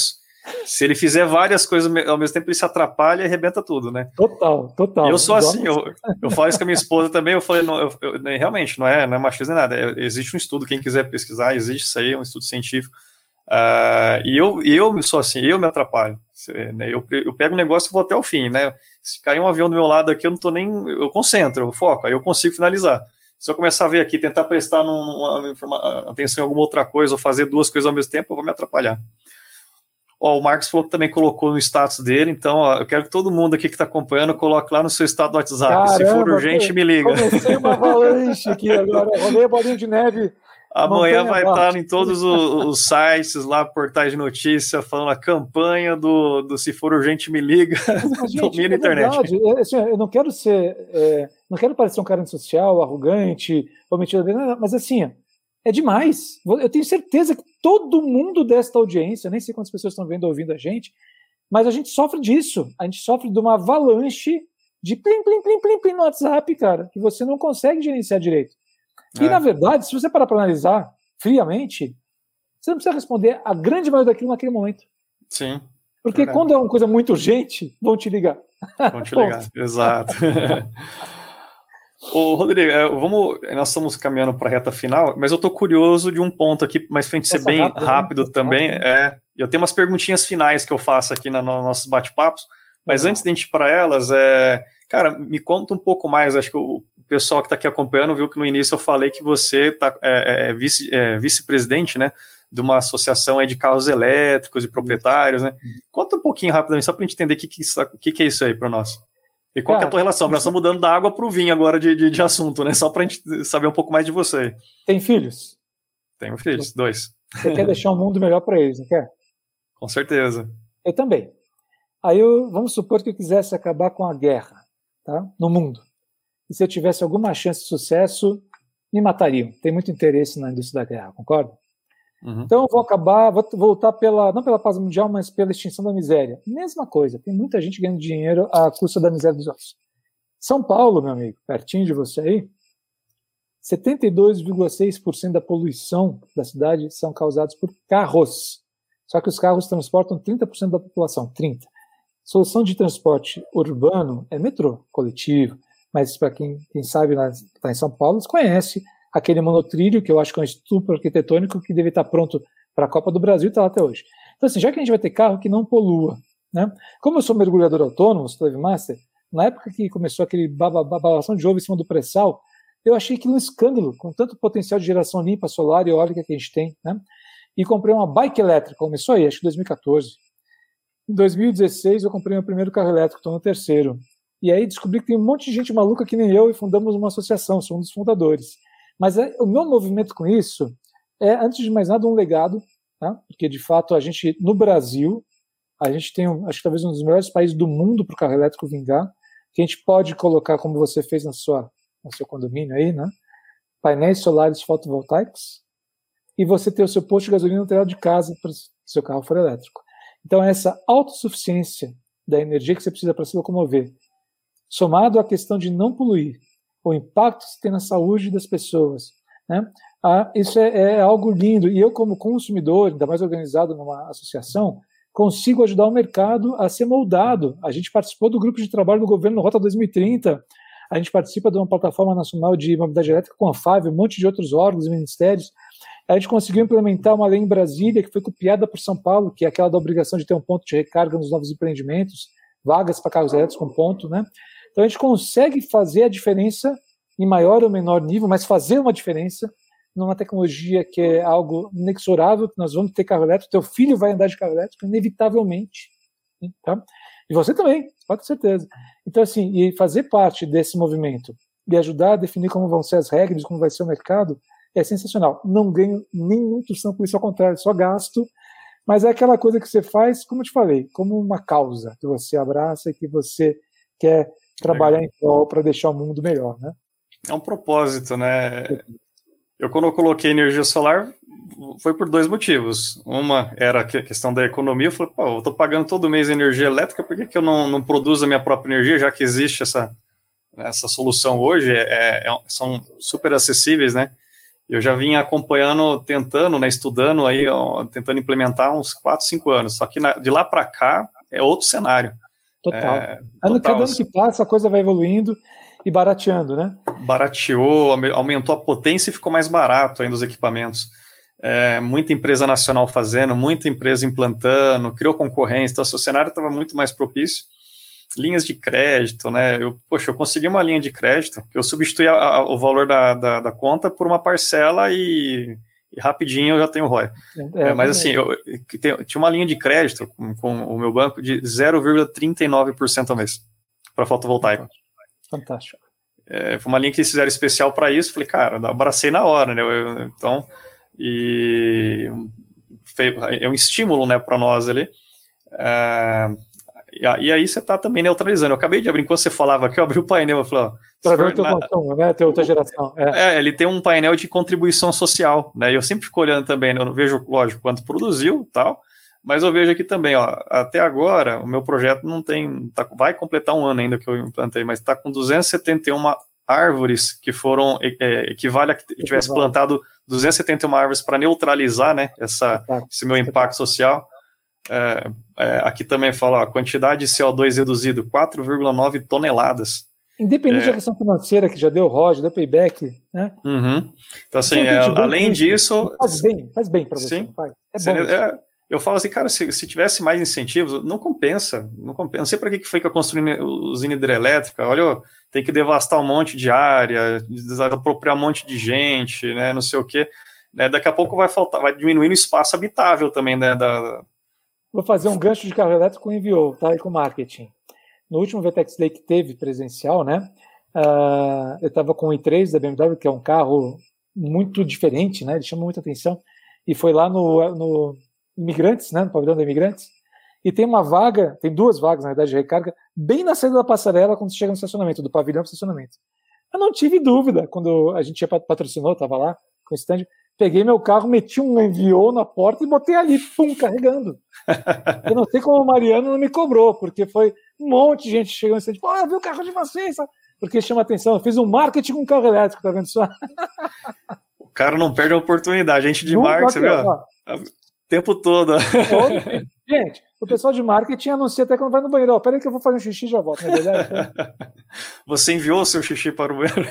Se ele fizer várias coisas ao mesmo tempo, ele se atrapalha e arrebenta tudo, né? Total. E eu sou assim, eu falo isso com a minha esposa também, eu falei, não, realmente, não é machismo nem nada, existe um estudo, quem quiser pesquisar, existe isso aí, é um estudo científico, e eu sou assim, eu me atrapalho, né? Eu pego um negócio e vou até o fim, né? Se cair um avião do meu lado aqui, eu concentro, eu foco, aí eu consigo finalizar. Se eu começar a ver aqui, tentar prestar atenção em alguma outra coisa, ou fazer duas coisas ao mesmo tempo, eu vou me atrapalhar. O Marcos falou que também colocou no status dele, então eu quero que todo mundo aqui que está acompanhando coloque lá no seu status do WhatsApp. Caramba, se for urgente, me liga. Comecei uma avalanche aqui agora, rolei a bolinha de neve. Amanhã vai estar em todos os sites lá, portais de notícia, falando a campanha do Se For Urgente, Me Liga, domina a internet. Assim, eu não quero não quero parecer um cara antissocial, arrogante, ou metido, mas assim, é demais. Eu tenho certeza que todo mundo desta audiência, nem sei quantas pessoas estão vendo ou ouvindo a gente, mas a gente sofre disso. A gente sofre de uma avalanche de plim, plim, plim, plim, plim no WhatsApp, cara, que você não consegue gerenciar direito. E, na verdade, se você parar para analisar friamente, você não precisa responder a grande maioria daquilo naquele momento. Sim. Porque quando é uma coisa muito urgente, vão te ligar. Vão te ligar, exato. Ô, Rodrigo, nós estamos caminhando para a reta final, mas eu estou curioso de um ponto aqui, mas para a gente ser bem rápido também, eu tenho umas perguntinhas finais que eu faço aqui nos nossos bate-papos, mas antes de a gente ir para elas, cara, me conta um pouco mais, acho que o pessoal que está aqui acompanhando viu que no início eu falei que você é vice-presidente, né, de uma associação aí de carros elétricos e proprietários, né? Conta um pouquinho rapidamente, só para a gente entender o que é isso aí para nós. E qual que é a tua relação? Nós estamos mudando da água para o vinho agora de assunto, né? Só para a gente saber um pouco mais de você. Tem filhos? Tenho filhos, 2. Você quer deixar um mundo melhor para eles, não quer? Com certeza. Eu também. Aí vamos supor que eu quisesse acabar com a guerra, tá? No mundo. E se eu tivesse alguma chance de sucesso, me matariam. Tem muito interesse na indústria da guerra, concorda? Uhum. Então eu vou voltar não pela paz mundial, mas pela extinção da miséria. Mesma coisa, tem muita gente ganhando dinheiro à custa da miséria dos outros. São Paulo, meu amigo, pertinho de você aí, 72,6% da poluição da cidade são causados por carros. Só que os carros transportam 30% da população, 30%. Solução de transporte urbano é metrô, coletivo, mas para quem sabe, está em São Paulo, você conhece aquele monotrilho, que eu acho que é um estupro arquitetônico, que deve estar pronto para a Copa do Brasil e está lá até hoje. Então, assim, já que a gente vai ter carro que não polua, né? Como eu sou mergulhador autônomo, Slave Master, na época que começou aquele babação de ovo em cima do pré-sal, eu achei aquilo um escândalo, com tanto potencial de geração limpa, solar e eólica que a gente tem, né? E comprei uma bike elétrica, começou aí, acho que em 2014. Em 2016, eu comprei meu primeiro carro elétrico, estou no terceiro. E aí descobri que tem um monte de gente maluca que nem eu e fundamos uma associação, sou um dos fundadores. Mas o meu movimento com isso é, antes de mais nada, um legado, tá? Porque, de fato, a gente, no Brasil, a gente tem, acho que talvez um dos melhores países do mundo para o carro elétrico vingar, que a gente pode colocar, como você fez no seu condomínio aí, né? Painéis solares fotovoltaicos, e você ter o seu posto de gasolina no telhado de casa para o seu carro for elétrico. Então, essa autossuficiência da energia que você precisa para se locomover, somado à questão de não poluir, o impacto que se tem na saúde das pessoas, né? Isso é algo lindo. E eu, como consumidor, ainda mais organizado numa associação, consigo ajudar o mercado a ser moldado. A gente participou do grupo de trabalho do governo Rota 2030, a gente participa de uma plataforma nacional de mobilidade elétrica com a FAV, um monte de outros órgãos e ministérios. A gente conseguiu implementar uma lei em Brasília que foi copiada por São Paulo, que é aquela da obrigação de ter um ponto de recarga nos novos empreendimentos, vagas para carros elétricos com ponto, né? Então a gente consegue fazer a diferença em maior ou menor nível, mas fazer uma diferença numa tecnologia que é algo inexorável, que nós vamos ter carro elétrico, teu filho vai andar de carro elétrico, inevitavelmente. Tá? E você também, pode ter certeza. Então, assim, e fazer parte desse movimento e ajudar a definir como vão ser as regras, como vai ser o mercado, é sensacional. Não ganho nenhum tostão por isso, ao contrário, só gasto, mas é aquela coisa que você faz, como eu te falei, como uma causa que você abraça e que você quer trabalhar em prol para deixar o mundo melhor, né? É um propósito, né? Quando eu coloquei energia solar, foi por 2 motivos. Uma era a questão da economia. Eu falei, eu estou pagando todo mês energia elétrica, por que eu não produzo a minha própria energia, já que existe essa solução hoje, são super acessíveis, né? eu já vinha acompanhando, tentando, né, estudando aí, ó, tentando implementar uns 4, 5 anos. Só que de lá para cá é outro cenário. Total. Cada ano que passa, a coisa vai evoluindo e barateando, né? Barateou, aumentou a potência e ficou mais barato ainda os equipamentos. Muita empresa nacional fazendo, muita empresa implantando, criou concorrência, então o cenário estava muito mais propício. Linhas de crédito, né? Eu consegui uma linha de crédito, que eu substituí o valor da conta por uma parcela e rapidinho eu já tenho ROI. Mas assim, eu tinha uma linha de crédito com o meu banco de 0,39% ao mês para fotovoltaico. Fantástico. Foi uma linha que eles fizeram especial para isso. Falei, cara, abracei na hora, né? Então, é um estímulo, né, para nós ali. E aí você está também neutralizando. Eu acabei de abrir, enquanto você falava aqui, eu abri o painel, eu falei, para ver o teu consumo, né? Outra geração. Ele tem um painel de contribuição social, né? E eu sempre fico olhando também, né? Eu não vejo, lógico, quanto produziu e tal, mas eu vejo aqui também, ó, até agora, o meu projeto não tem, vai completar um ano ainda que eu implantei, mas está com 271 árvores que foram, equivale a que tivesse plantado 271 árvores para neutralizar, né, esse meu impacto social. Aqui também fala, ó, a quantidade de CO2 reduzido, 4,9 toneladas. Independente da questão financeira, que já deu ROI, deu payback, né? Uhum. Então, assim, além disso... Faz bem para você. Sim. Bom. Eu falo assim, cara, se tivesse mais incentivos, não compensa. Não sei para que foi que eu construí usina hidrelétrica. Olha, tem que devastar um monte de área, desapropriar um monte de gente, né? Não sei o quê. Né, daqui a pouco vai diminuir o espaço habitável também, né? Vou fazer um gancho de carro elétrico com enviou, tá? E com marketing. No último VTEX Day que teve presencial, né? Eu estava com o i3 da BMW, que é um carro muito diferente, né? Ele chama muita atenção. E foi lá no Imigrantes, né? No pavilhão da Imigrantes. E tem duas vagas, na verdade, de recarga, bem na saída da passarela, quando você chega no estacionamento, do pavilhão para o estacionamento. Eu não tive dúvida, quando a gente patrocinou, estava lá com o stand, peguei meu carro, meti um enviou na porta e botei ali, pum, carregando. Eu não sei como o Mariano não me cobrou, porque foi um monte de gente chegando e disse, eu vi o carro de vocês, sabe? Porque chama atenção, eu fiz um marketing com carro elétrico, tá vendo só? O cara não perde a oportunidade, gente de marketing, você viu? O tempo todo. Gente, o pessoal de marketing anuncia até quando vai no banheiro. Peraí que eu vou fazer um xixi e já volto, não é verdade? Você enviou o seu xixi para o banheiro?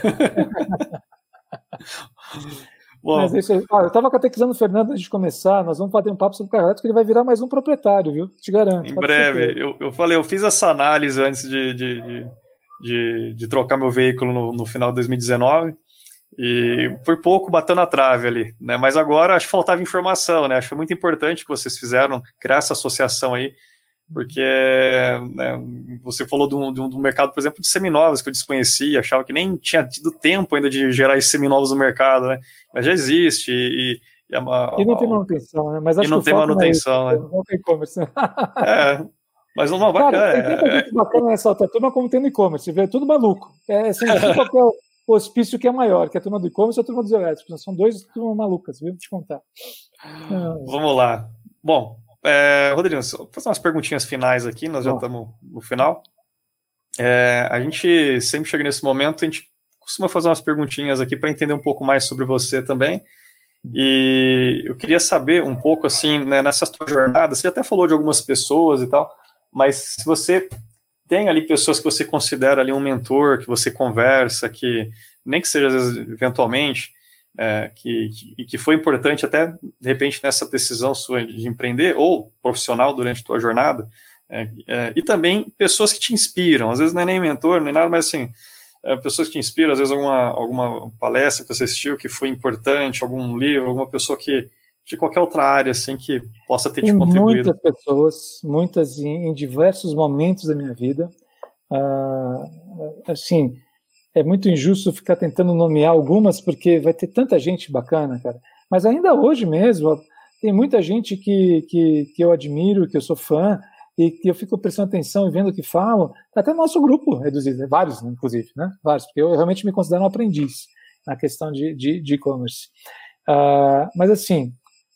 Bom, mas isso aí, eu estava catequizando o Fernando antes de começar, nós vamos bater um papo sobre o carro elétrico, que ele vai virar mais um proprietário, viu? Te garanto. Em breve. Eu fiz essa análise antes de trocar meu veículo no final de 2019, e por pouco bateu na trave ali, né? Mas agora acho que faltava informação, né? Acho muito importante que vocês fizeram, criar essa associação aí, porque né, você falou do mercado, por exemplo, de seminovos que eu desconhecia, achava que nem tinha tido tempo ainda de gerar esses seminovos no mercado, né? Mas já existe e não tem manutenção, né? Mas acho não tem manutenção, né? Não tem e-commerce. Mas não, bacana. Cara, tem tanta gente bacana nessa outra turma como tem no e-commerce, vê, tudo maluco. Sem qualquer hospício que é maior, que é a turma do e-commerce e a turma dos elétricos. São duas turmas malucas, viu? Vou te contar. Vamos lá. Bom, Rodrigo, vou fazer umas perguntinhas finais aqui, nós já estamos no final. A gente sempre chega nesse momento, a gente costuma fazer umas perguntinhas aqui para entender um pouco mais sobre você também. E eu queria saber um pouco, assim, né, nessa sua jornada, você até falou de algumas pessoas e tal, mas se você tem ali pessoas que você considera ali um mentor, que você conversa, que nem que seja, às vezes, eventualmente, que foi importante até, de repente, nessa decisão sua de empreender, ou profissional durante a tua jornada, e também pessoas que te inspiram, às vezes não é nem mentor, nem nada, mas assim, pessoas que te inspiram, às vezes alguma palestra que você assistiu que foi importante, algum livro, alguma pessoa que, de qualquer outra área, assim, que possa ter te contribuído. Muitas pessoas, muitas em diversos momentos da minha vida, assim, é muito injusto ficar tentando nomear algumas, porque vai ter tanta gente bacana, cara. Mas ainda hoje mesmo, tem muita gente que eu admiro, que eu sou fã, e que eu fico prestando atenção e vendo o que falam. Até no nosso grupo reduzido, vários, inclusive, né? Vários, porque eu realmente me considero um aprendiz na questão de e-commerce. Mas, assim,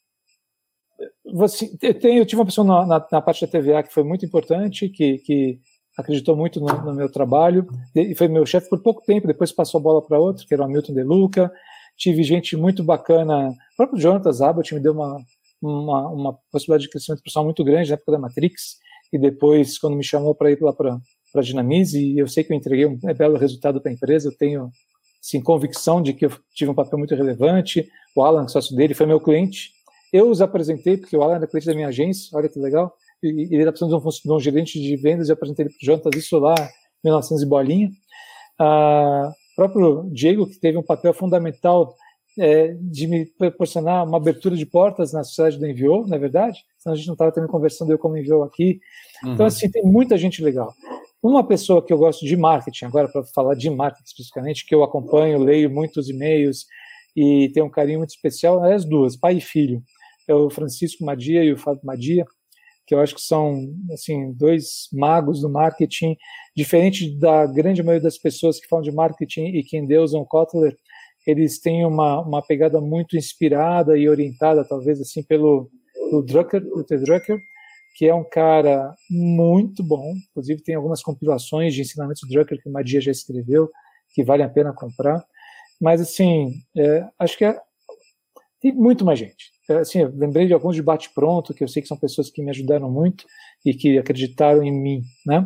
eu tive uma pessoa na parte da TVA que foi muito importante, que acreditou muito no meu trabalho, e foi meu chefe por pouco tempo, depois passou a bola para outro, que era o Hamilton De Luca, tive gente muito bacana, o próprio Jonatas Abbott me deu uma possibilidade de crescimento pessoal muito grande na época da Matrix, e depois, quando me chamou para ir lá para a Dinamize, e eu sei que eu entreguei um belo resultado para a empresa, eu tenho assim, convicção de que eu tive um papel muito relevante. O Alan, sócio dele, foi meu cliente. Eu os apresentei, porque o Alan era cliente da minha agência, olha que legal, e ele era precisando de um gerente de vendas, e eu apresentei ele para o Jonatas, isso lá, 1900 e bolinha. O próprio Diego, que teve um papel fundamental de me proporcionar uma abertura de portas na sociedade do Enviou, não é verdade? Senão a gente não estava também conversando, eu como Enviou aqui. Então, assim, tem muita gente legal. Uma pessoa que eu gosto de marketing, agora para falar de marketing especificamente, que eu acompanho, leio muitos e-mails e tenho um carinho muito especial, as duas, pai e filho. É o Francisco Madia e o Fábio Madia, que eu acho que são assim, dois magos do marketing, diferente da grande maioria das pessoas que falam de marketing e que endeusam o Kotler. Eles têm uma pegada muito inspirada e orientada, talvez, assim, pelo Drucker, Peter Drucker, que é um cara muito bom. Inclusive, tem algumas compilações de ensinamentos do Drucker que o Madia já escreveu, que vale a pena comprar. Mas, assim, acho que tem muito mais gente. Assim, eu lembrei de alguns de bate-pronto, que eu sei que são pessoas que me ajudaram muito e que acreditaram em mim, né?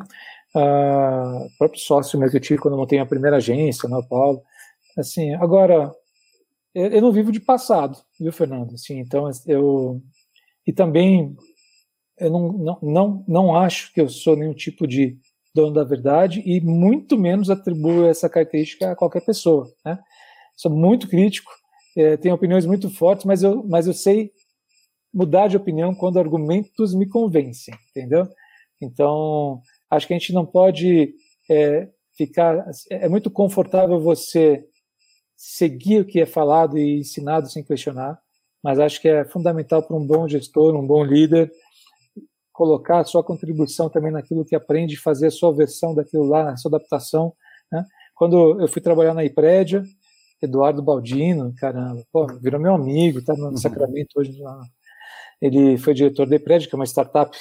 O próprio sócio meu que eu tive quando eu montei a primeira agência, né, o Paulo. Assim, agora, eu não vivo de passado, viu, Fernando? Assim, então, e também, eu não acho que eu sou nenhum tipo de dono da verdade e muito menos atribuo essa característica a qualquer pessoa, né? Sou muito crítico, tenho opiniões muito fortes, mas eu sei mudar de opinião quando argumentos me convencem, entendeu? Então, acho que a gente não pode ficar... É muito confortável você seguir o que é falado e ensinado sem questionar, mas acho que é fundamental para um bom gestor, um bom líder, colocar a sua contribuição também naquilo que aprende, fazer a sua versão daquilo lá, a sua adaptação, né? Quando eu fui trabalhar na Iprédia, Eduardo Baldino, caramba, virou meu amigo, está no Sacramento hoje lá. Ele foi diretor da Iprédia, que é uma startup,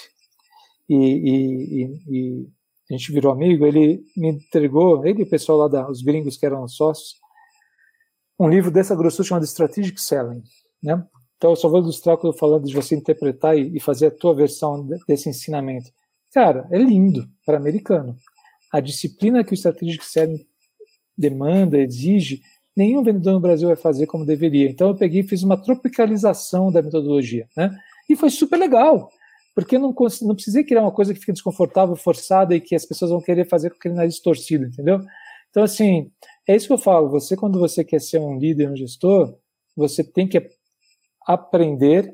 e a gente virou amigo. Ele me entregou, ele e o pessoal lá, os gringos que eram sócios, um livro dessa grossura chamado Strategic Selling, né? Então eu só vou ilustrar quando eu falando de você interpretar e fazer a tua versão desse ensinamento. Cara, é lindo para americano. A disciplina que o Strategic Selling demanda, exige, nenhum vendedor no Brasil vai fazer como deveria. Então eu peguei e fiz uma tropicalização da metodologia, né? E foi super legal, porque eu não precisei criar uma coisa que fica desconfortável, forçada e que as pessoas vão querer fazer com aquele nariz torcido, entendeu? Então, assim, é isso que eu falo. Quando você quer ser um líder, um gestor, você tem que aprender,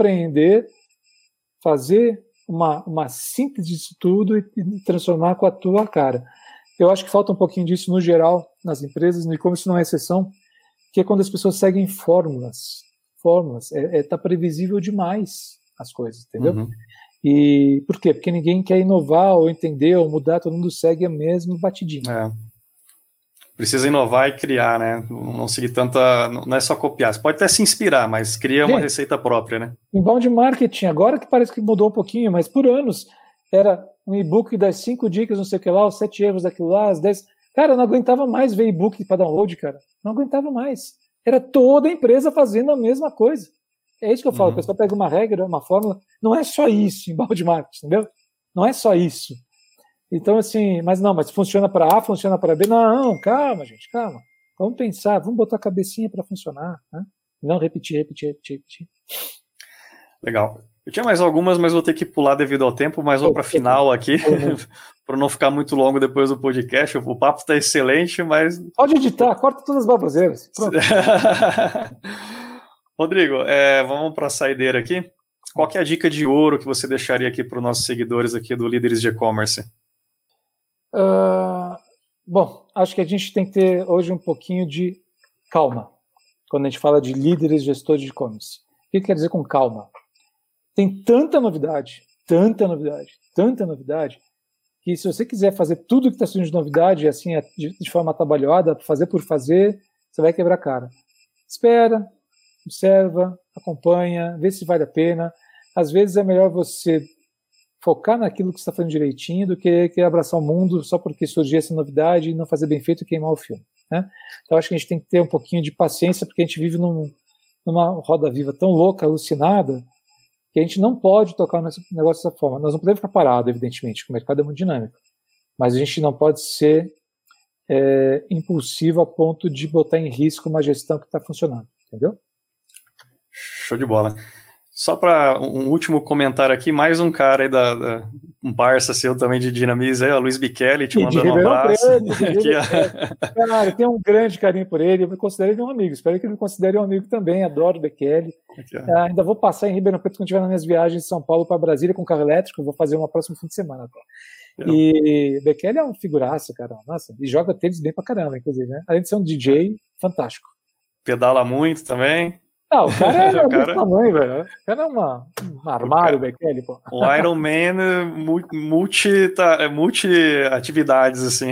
fazer uma síntese disso tudo e transformar com a tua cara. Eu acho que falta um pouquinho disso no geral nas empresas, no e-commerce não é exceção, que é quando as pessoas seguem fórmulas. Tá previsível demais as coisas, entendeu? Uhum. E por quê? Porque ninguém quer inovar ou entender ou mudar, todo mundo segue a mesma batidinha. Precisa inovar e criar, né? Não seguir tanta... Não é só copiar. Você pode até se inspirar, mas cria uma receita própria, né? Inbound marketing, agora que parece que mudou um pouquinho, mas por anos era um e-book das 5 dicas, não sei o que lá, os 7 erros daquilo lá, as 10... Cara, eu não aguentava mais ver e-book para download, cara. Não aguentava mais. Era toda a empresa fazendo a mesma coisa. É isso que eu falo. O pessoal pega uma regra, uma fórmula. Não é só isso, inbound marketing, entendeu? Não é só isso. Então, assim, mas funciona para A, funciona para B. Não, calma, gente, calma. Vamos pensar, vamos botar a cabecinha para funcionar, né? Não repetir. Legal. Eu tinha mais algumas, mas vou ter que pular devido ao tempo, mas vou para final aqui, para não ficar muito longo depois do podcast. O papo está excelente, mas... Pode editar, corta todas as baboseiras. Pronto. Rodrigo, vamos para a saideira aqui. Qual que é a dica de ouro que você deixaria aqui para os nossos seguidores aqui do Líderes de E-Commerce? Bom, acho que a gente tem que ter hoje um pouquinho de calma quando a gente fala de líderes gestores de e-commerce. O que quer dizer com calma? Tem tanta novidade, que se você quiser fazer tudo que está surgindo de novidade, assim, de forma atabalhoada, fazer por fazer, você vai quebrar a cara. Espera, observa, acompanha, vê se vale a pena. Às vezes é melhor você focar naquilo que você está fazendo direitinho do que abraçar o mundo só porque surgiu essa novidade e não fazer bem feito e queimar o filme. né? Então acho que a gente tem que ter um pouquinho de paciência, porque a gente vive numa roda viva tão louca, alucinada, que a gente não pode tocar nesse negócio dessa forma. Nós não podemos ficar parados, evidentemente, porque o mercado é muito dinâmico, mas a gente não pode ser impulsivo a ponto de botar em risco uma gestão que está funcionando, entendeu? Show de bola. Só para um último comentário aqui, mais um cara aí um parça seu também de Dinamize aí, o Luiz Bichelli, te mandando um abraço. Cara, eu tenho um grande carinho por ele, eu me considero ele um amigo, espero que ele me considere um amigo também, adoro o Bichelli. Ainda vou passar em Ribeirão Preto quando estiver nas minhas viagens de São Paulo para Brasília com carro elétrico, vou fazer uma próxima fim de semana. E o Bichelli é um figuraço, cara, nossa, e joga tênis bem pra caramba, inclusive, né? Além de ser um DJ fantástico. Pedala muito também. O cara é do tamanho, velho. O cara é um armário, o Bichelli, pô. O Iron Man multi-atividades, assim.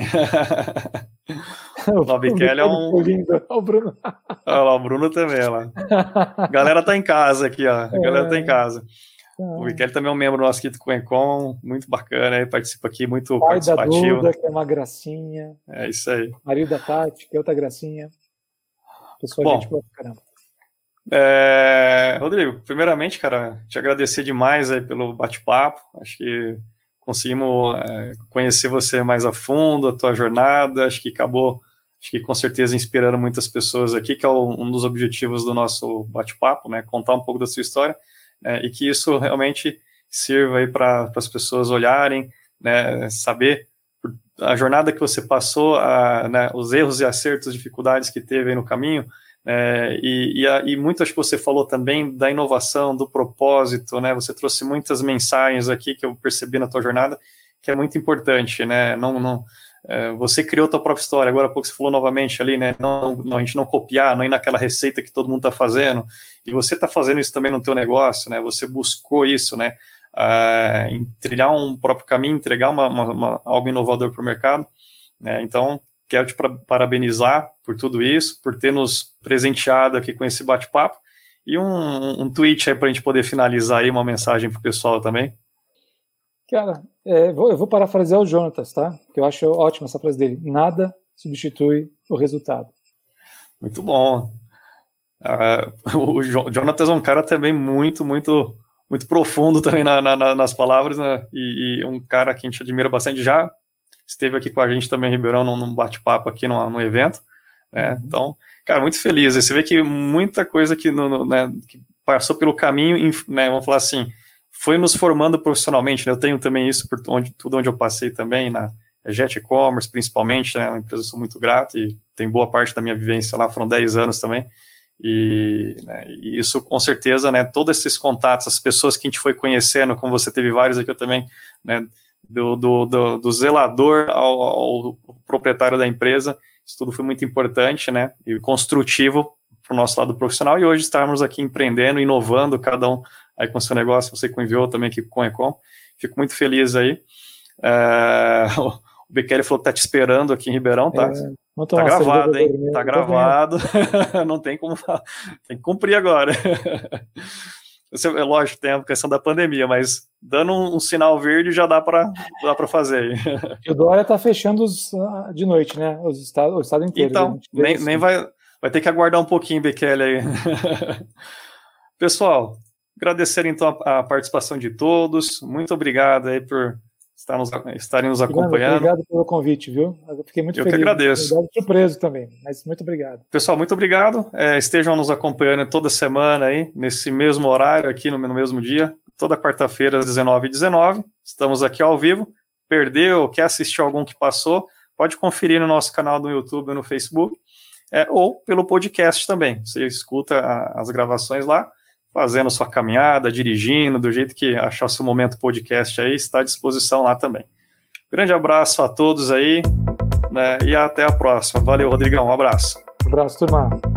O Bichelli é um... O Bruno. Olha lá, o Bruno também, olha lá. A galera tá em casa aqui, ó. A galera tá em casa. O Bichelli também é um membro nosso aqui do Coencom, muito bacana, ele participa aqui, muito pai participativo. Da Duda, que é uma gracinha. É isso aí. Marido da Tati, que é outra gracinha. Pessoal, gente, caramba. Rodrigo, primeiramente, cara, te agradecer demais aí pelo bate-papo. Acho que conseguimos conhecer você mais a fundo, a tua jornada. Acho que com certeza inspirando muitas pessoas aqui, que é um dos objetivos do nosso bate-papo, né? Contar um pouco da sua história, e que isso realmente sirva aí para as pessoas olharem, né? Saber a jornada que você passou, né? Os erros e acertos, dificuldades que teve aí no caminho. E muito acho que você falou também da inovação, do propósito, né? Você trouxe muitas mensagens aqui que eu percebi na tua jornada, que é muito importante, né? Você criou a tua própria história, agora há pouco você falou novamente ali, né? A gente não copiar, não ir naquela receita que todo mundo está fazendo, e você está fazendo isso também no teu negócio, né? Você buscou isso, né? Trilhar um próprio caminho, entregar algo inovador para o mercado, né? Então, quero te parabenizar por tudo isso, por ter nos presenteado aqui com esse bate-papo, e um tweet aí para a gente poder finalizar aí, uma mensagem para o pessoal também. Cara, eu vou parafrasear o Jonatas, tá? Que eu acho ótima essa frase dele. Nada substitui o resultado. Muito bom. O Jonatas é um cara também muito, muito, muito profundo também nas palavras, né? E um cara que a gente admira bastante, já esteve aqui com a gente também em Ribeirão, num bate-papo aqui no evento, né? Então, cara, muito feliz. Você vê que muita coisa que passou pelo caminho, né, vamos falar assim, foi nos formando profissionalmente, né? Eu tenho também isso por tudo onde eu passei também, na Jet E-Commerce, principalmente, né? Uma empresa que eu sou muito grato e tem boa parte da minha vivência lá, foram 10 anos também. E isso, com certeza, né? Todos esses contatos, as pessoas que a gente foi conhecendo, como você teve vários aqui, eu também, né? Do zelador ao proprietário da empresa, isso tudo foi muito importante, né? E construtivo para o nosso lado profissional, e hoje estarmos aqui empreendendo, inovando, cada um aí com o seu negócio, você conviveu também aqui com o Ecom. Fico muito feliz aí. O Bichelli falou que tá te esperando aqui em Ribeirão, tá? Tá gravado, hein? Tá gravado. Não tem como falar. Tem que cumprir agora. É lógico, tem a questão da pandemia, mas dando um sinal verde já dá para fazer. E o Dória tá fechando de noite, né? O estado inteiro. Então, nem vai ter que aguardar um pouquinho, Bichelli aí. Pessoal, agradecer então a participação de todos. Muito obrigado aí por estarem nos acompanhando. Obrigado pelo convite, viu? Eu fiquei muito feliz. Eu que agradeço. Surpreso também, mas muito obrigado. Pessoal, muito obrigado. Estejam nos acompanhando toda semana aí, nesse mesmo horário, aqui no mesmo dia, toda quarta-feira às 19h19. Estamos aqui ao vivo. Perdeu, quer assistir algum que passou, pode conferir no nosso canal do YouTube ou no Facebook, ou pelo podcast também. Você escuta as gravações lá, fazendo sua caminhada, dirigindo, do jeito que achar o seu momento podcast aí, está à disposição lá também. Grande abraço a todos aí, né, e até a próxima. Valeu, Rodrigão, um abraço. Um abraço, turma.